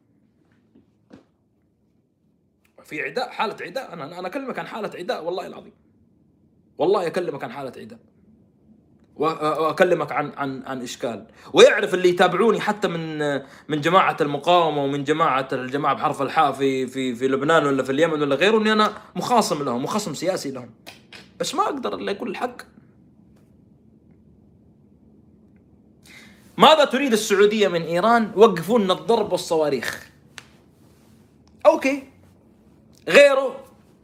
في عداء، حالة عداء. أنا أكلمك عن حالة عداء والله العظيم، والله أكلمك عن حالة عداء، وأكلمك عن إشكال. ويعرف اللي يتابعوني حتى من جماعة المقاومة ومن الجماعة بحرف الحاء في لبنان ولا في اليمن ولا غيره، إني أنا مخاصم لهم، مخصم سياسي لهم، بس ما أقدر إلا يقول الحق. ماذا تريد السعودية من إيران؟ وقفون الضرب والصواريخ. أوكي. غيره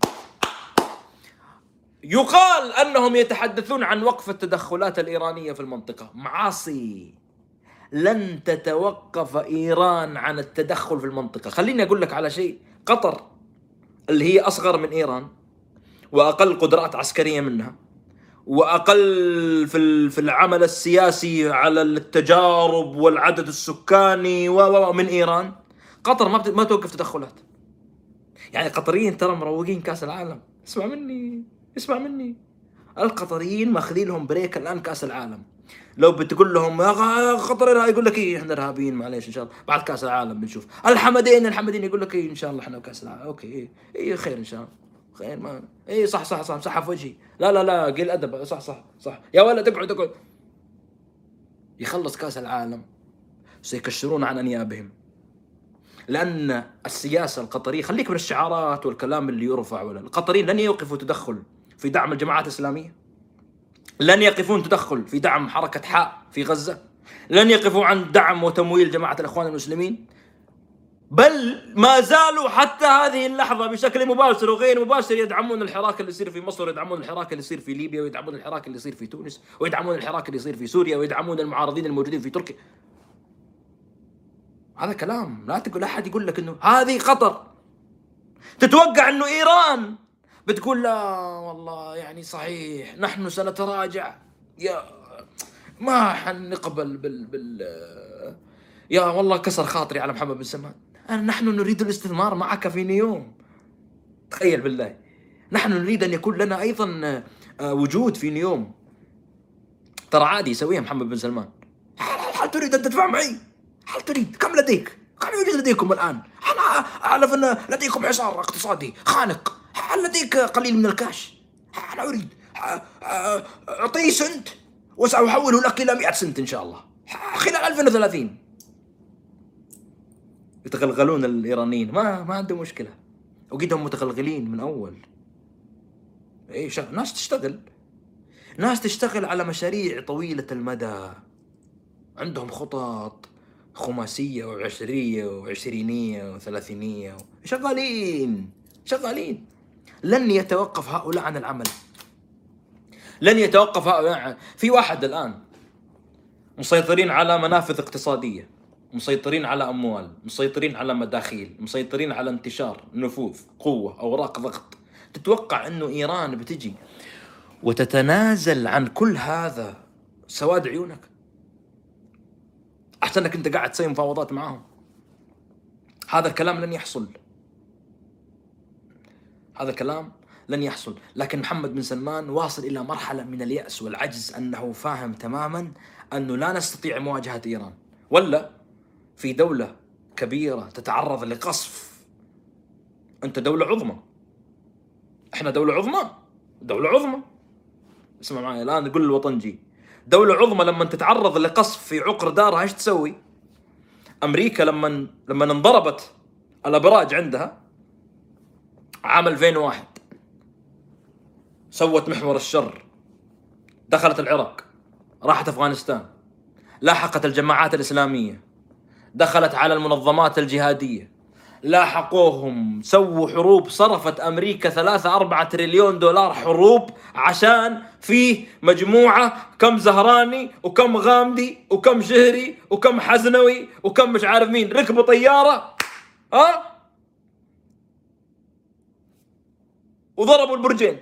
يقال أنهم يتحدثون عن وقف التدخلات الإيرانية في المنطقة. معاصي. لن تتوقف إيران عن التدخل في المنطقة. خليني أقول لك على شيء. قطر اللي هي أصغر من إيران وأقل قدرات عسكرية منها وأقل في العمل السياسي على التجارب والعدد السكاني من إيران، قطر ما توقف تدخلات. يعني قطريين ترى مروقين كأس العالم. اسمع مني. القطريين ماخذين لهم بريك الآن كأس العالم. لو بتقول لهم يا قطر يقول لك احنا ارهابيين، معليش ان شاء الله بعد كأس العالم بنشوف. الحمدين يقول لك ان شاء الله احنا كأس العالم. اوكي خير ان شاء الله، خير. ما صح في وجهي. لا قل ادب. صح يا ولد اقعد. يخلص كأس العالم سيكشرون عن انيابهم، لأن السياسة القطرية، خليك من الشعارات والكلام اللي يرفع، ولا القطريين لن يوقفوا تدخل في دعم الجماعات الإسلامية، لن يقفون تدخل في دعم حركة حاء في غزة، لن يقفوا عن دعم وتمويل جماعة الإخوان المسلمين، بل ما زالوا حتى هذه اللحظة بشكل مباشر وغير مباشر يدعمون الحراك اللي يصير في مصر، ويدعمون الحراك اللي يصير في ليبيا، ويدعمون الحراك اللي يصير في تونس، ويدعمون الحراك اللي يصير في سوريا، ويدعمون المعارضين الموجودين في تركيا. هذا كلام لا تقول أحد يقول لك إنه هذه قطر. تتوقع إنه إيران بتقول لا والله يعني صحيح نحن سنتراجع، يا ما حنقبل يا والله كسر خاطري على محمد بن سلمان. نحن نريد الاستثمار معك في نيوم. تخيل بالله، نحن نريد أن يكون لنا أيضا وجود في نيوم. ترى عادي يسويها محمد بن سلمان. هل تريد أن تدفع معي؟ هل تريد؟ كم لديك؟ كم يوجد لديكم الآن؟ أنا أعرف أن لديكم حصار اقتصادي خانق. هل لديك قليل من الكاش؟ أنا أريد أعطيه سنت وسأحوله لك إلى 100 سنت إن شاء الله خلال 2030. يتغلغلون الإيرانيين، ما عندهم مشكلة، وقيدهم متغلغلين من أول. ناس تشتغل على مشاريع طويلة المدى، عندهم خطط خماسية وعشرية وعشرينية وثلاثينية، شغالين. لن يتوقف هؤلاء عن العمل، لن يتوقف هؤلاء. في واحد الآن مسيطرين على منافذ اقتصادية، مسيطرين على أموال، مسيطرين على مداخيل، مسيطرين على انتشار نفوذ، قوة، أوراق ضغط. تتوقع أنه إيران بتجي وتتنازل عن كل هذا سواد عيونك أحسن أنك أنت قاعد تسوي مفاوضات معهم. هذا الكلام لن يحصل، هذا الكلام لن يحصل. لكن محمد بن سلمان واصل إلى مرحلة من اليأس والعجز، أنه فاهم تماما أنه لا نستطيع مواجهة إيران، ولا في دولة كبيرة تتعرض لقصف. أنت دولة عظمى، إحنا دولة عظمى، دولة عظمى. اسمع معي الآن، نقول الوطنجي دولة عظمى لما تتعرض لقصف في عقر دارها إيش تسوي؟ أمريكا لما انضربت الأبراج عندها عام 2001 سوت محور الشر، دخلت العراق، راحت أفغانستان، لاحقت الجماعات الإسلامية، دخلت على المنظمات الجهادية، لاحقوهم، سووا حروب، صرفت أمريكا 3-4 تريليون دولار حروب عشان فيه مجموعة كم زهراني وكم غامدي وكم شهري وكم حزنوي وكم مش عارف مين ركبوا طيارة وضربوا البرجين.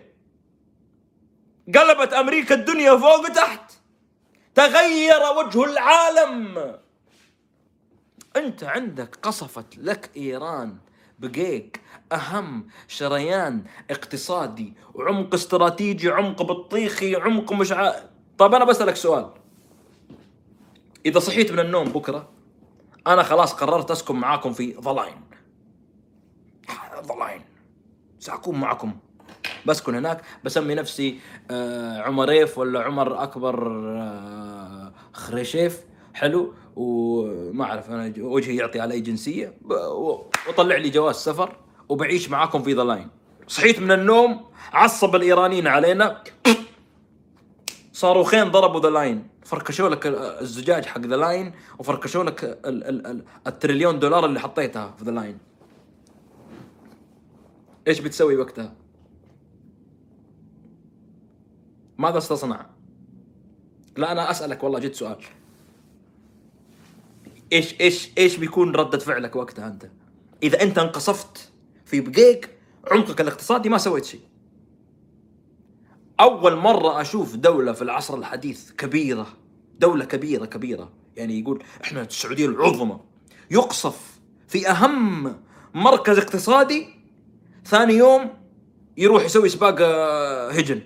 قلبت أمريكا الدنيا فوق وتحت، تغير وجه العالم. أنت عندك قصفت لك إيران بقيك أهم شريان اقتصادي وعمق استراتيجي، عمق بطيخي، عمق مش طب أنا بسألك سؤال، إذا صحيت من النوم بكرة أنا خلاص قررت أسكن معاكم في ظلاين، سأكون معكم، بسكن هناك، بسمي نفسي عمريف ولا عمر أكبر خريشيف، حلو، وما أعرف أنا وجهي يعطي على أي جنسية، وطلع لي جواز سفر وبعيش معاكم في ظلاين. صحيت من النوم عصب الإيرانيين علينا، صاروخين ضربوا ذا لاين، فركشوا لك الزجاج حق ذا لاين، وفركشوا لك التريليون دولار اللي حطيتها في ذا لاين. ايش بتسوي وقتها؟ ماذا ستصنع؟ لا أنا أسألك والله جد سؤال، ايش بيكون ردة فعلك وقتها أنت؟ إذا أنت انقصفت في بقيك عمقك الاقتصادي ما سويت شيء. أول مرة أشوف دولة في العصر الحديث كبيرة، دولة كبيرة يعني يقول إحنا السعودية العظمى، يقصف في أهم مركز اقتصادي، ثاني يوم يروح يسوي سباق هجن.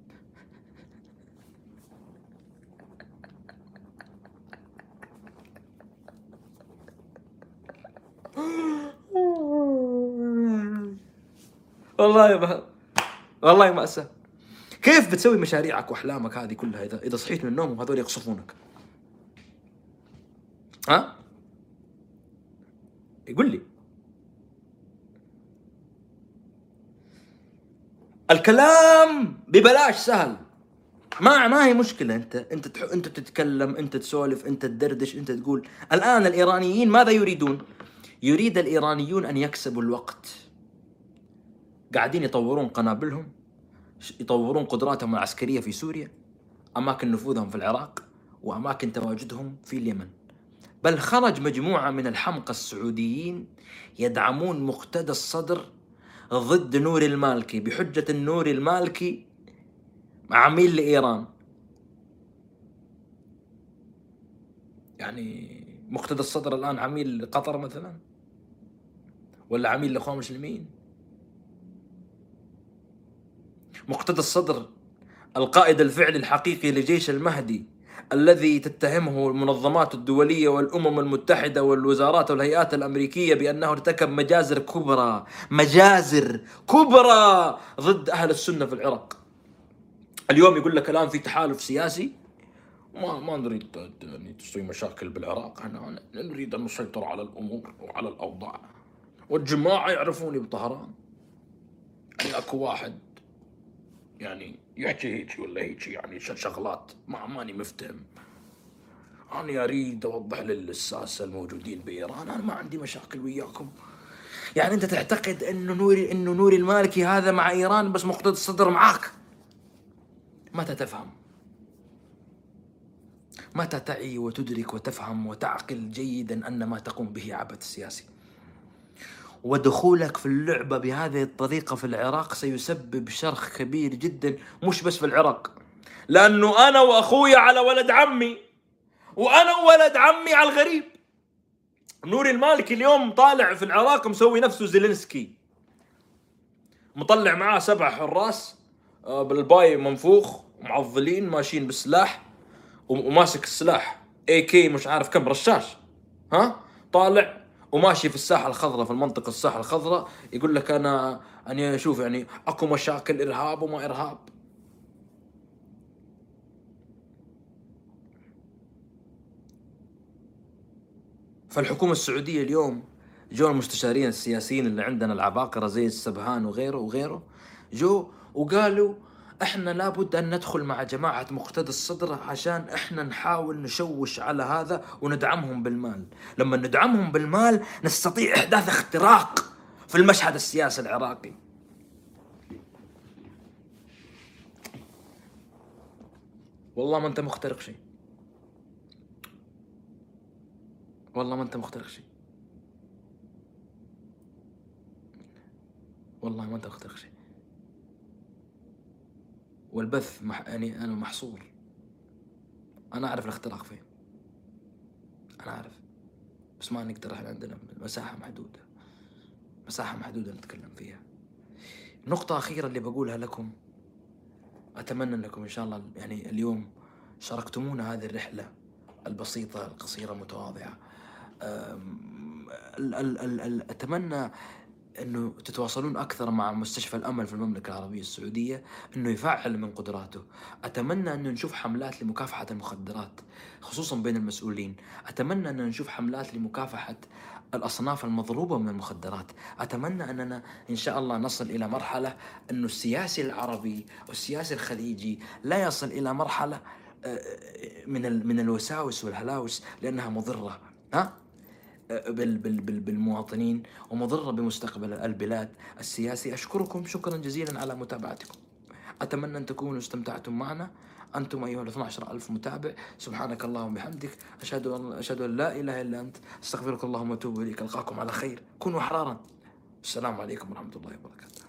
والله مأساة. كيف بتسوي مشاريعك وأحلامك هذه كلها إذا صحيت من النوم وهذول يقصفونك؟ ها؟ يقول لي الكلام ببلاش سهل، ما هي مشكلة. انت تتكلم، انت تسولف، انت تدردش، انت تقول. الآن الإيرانيين ماذا يريدون؟ يريد الإيرانيون أن يكسبوا الوقت، قاعدين يطورون قنابلهم، يطورون قدراتهم العسكرية في سوريا، أماكن نفوذهم في العراق، وأماكن تواجدهم في اليمن. بل خرج مجموعة من الحمقى السعوديين يدعمون مقتدى الصدر ضد نوري المالكي، بحجة النوري المالكي عميل لإيران. يعني مقتدى الصدر الآن عميل لقطر مثلا، ولا عميل لإخوان المسلمين؟ مقتدى الصدر القائد الفعلي الحقيقي لجيش المهدي، الذي تتهمه المنظمات الدولية والأمم المتحدة والوزارات والهيئات الأمريكية بأنه ارتكب مجازر كبرى ضد أهل السنة في العراق. اليوم يقول لك الآن في تحالف سياسي، ما نريد تسوي مشاكل بالعراق، احنا نريد أن نسيطر على الأمور وعلى الأوضاع، والجماعة يعرفوني بطهران. يعني أكو واحد يعني يحكي هيك ولا هيك، يعني شغلات ماني مفتهم. أنا أريد أوضح للساسة الموجودين بإيران أنا ما عندي مشاكل وياكم. يعني أنت تعتقد إنه نوري المالكي هذا مع إيران بس مقتدى الصدر معاك؟ متى تفهم؟ متى تعي وتدرك وتفهم وتعقل جيدا أن ما تقوم به عبث سياسي؟ ودخولك في اللعبة بهذه الطريقة في العراق سيسبب شرخ كبير جدا، مش بس في العراق، لأنه أنا وأخويا على ولد عمي، وأنا وولد عمي على الغريب. نوري المالكي اليوم طالع في العراق مسوي نفسه زيلينسكي، مطلع معاه 7 حراس بالباي منفوخ ومعضلين ماشيين بالسلاح، وماسك السلاح AK مش عارف كم رشاش، ها، طالع وماشي في الساحة الخضراء، في المنطقة الساحة الخضراء، يقول لك أنا أشوف يعني أكو مشاكل إرهاب وما إرهاب. فالحكومة السعودية اليوم جو المستشارين السياسيين اللي عندنا العباقرة زي السبهان وغيره جو وقالوا احنا لابد ان ندخل مع جماعة مقتدى الصدر عشان احنا نحاول نشوش على هذا وندعمهم بالمال. لما ندعمهم بالمال نستطيع احداث اختراق في المشهد السياسي العراقي. والله ما انت مخترق شيء، والله ما انت مخترق شيء، والله ما انت مخترق شيء. والبث يعني انا محصور، انا اعرف الاختراق فين، انا عارف، بس ما نقدر، احنا عندنا مساحة محدودة، مساحة محدودة نتكلم فيها. نقطة أخيرة اللي بقولها لكم، أتمنى أنكم إن شاء الله يعني اليوم شاركتمونا هذه الرحلة البسيطة القصيرة المتواضعة. أتمنى أنه تتواصلون أكثر مع مستشفى الأمل في المملكة العربية السعودية، أنه يفعل من قدراته. أتمنى أنه نشوف حملات لمكافحة المخدرات خصوصا بين المسؤولين. أتمنى أن نشوف حملات لمكافحة الأصناف المضروبة من المخدرات. أتمنى أننا إن شاء الله نصل إلى مرحلة أنه السياسي العربي والسياسي الخليجي لا يصل إلى مرحلة من الوساوس والهلاوس، لأنها مضرة بالمواطنين ومضرة بمستقبل البلاد السياسي. أشكركم شكرا جزيلا على متابعتكم. أتمنى أن تكونوا استمتعتم معنا أنتم أيها 12,000 متابع. سبحانك اللهم وبحمدك، أشهد أن لا إله إلا أنت، أستغفرك اللهم وأتوب إليك. ألقاكم على خير، كونوا أحرارا. السلام عليكم ورحمة الله وبركاته.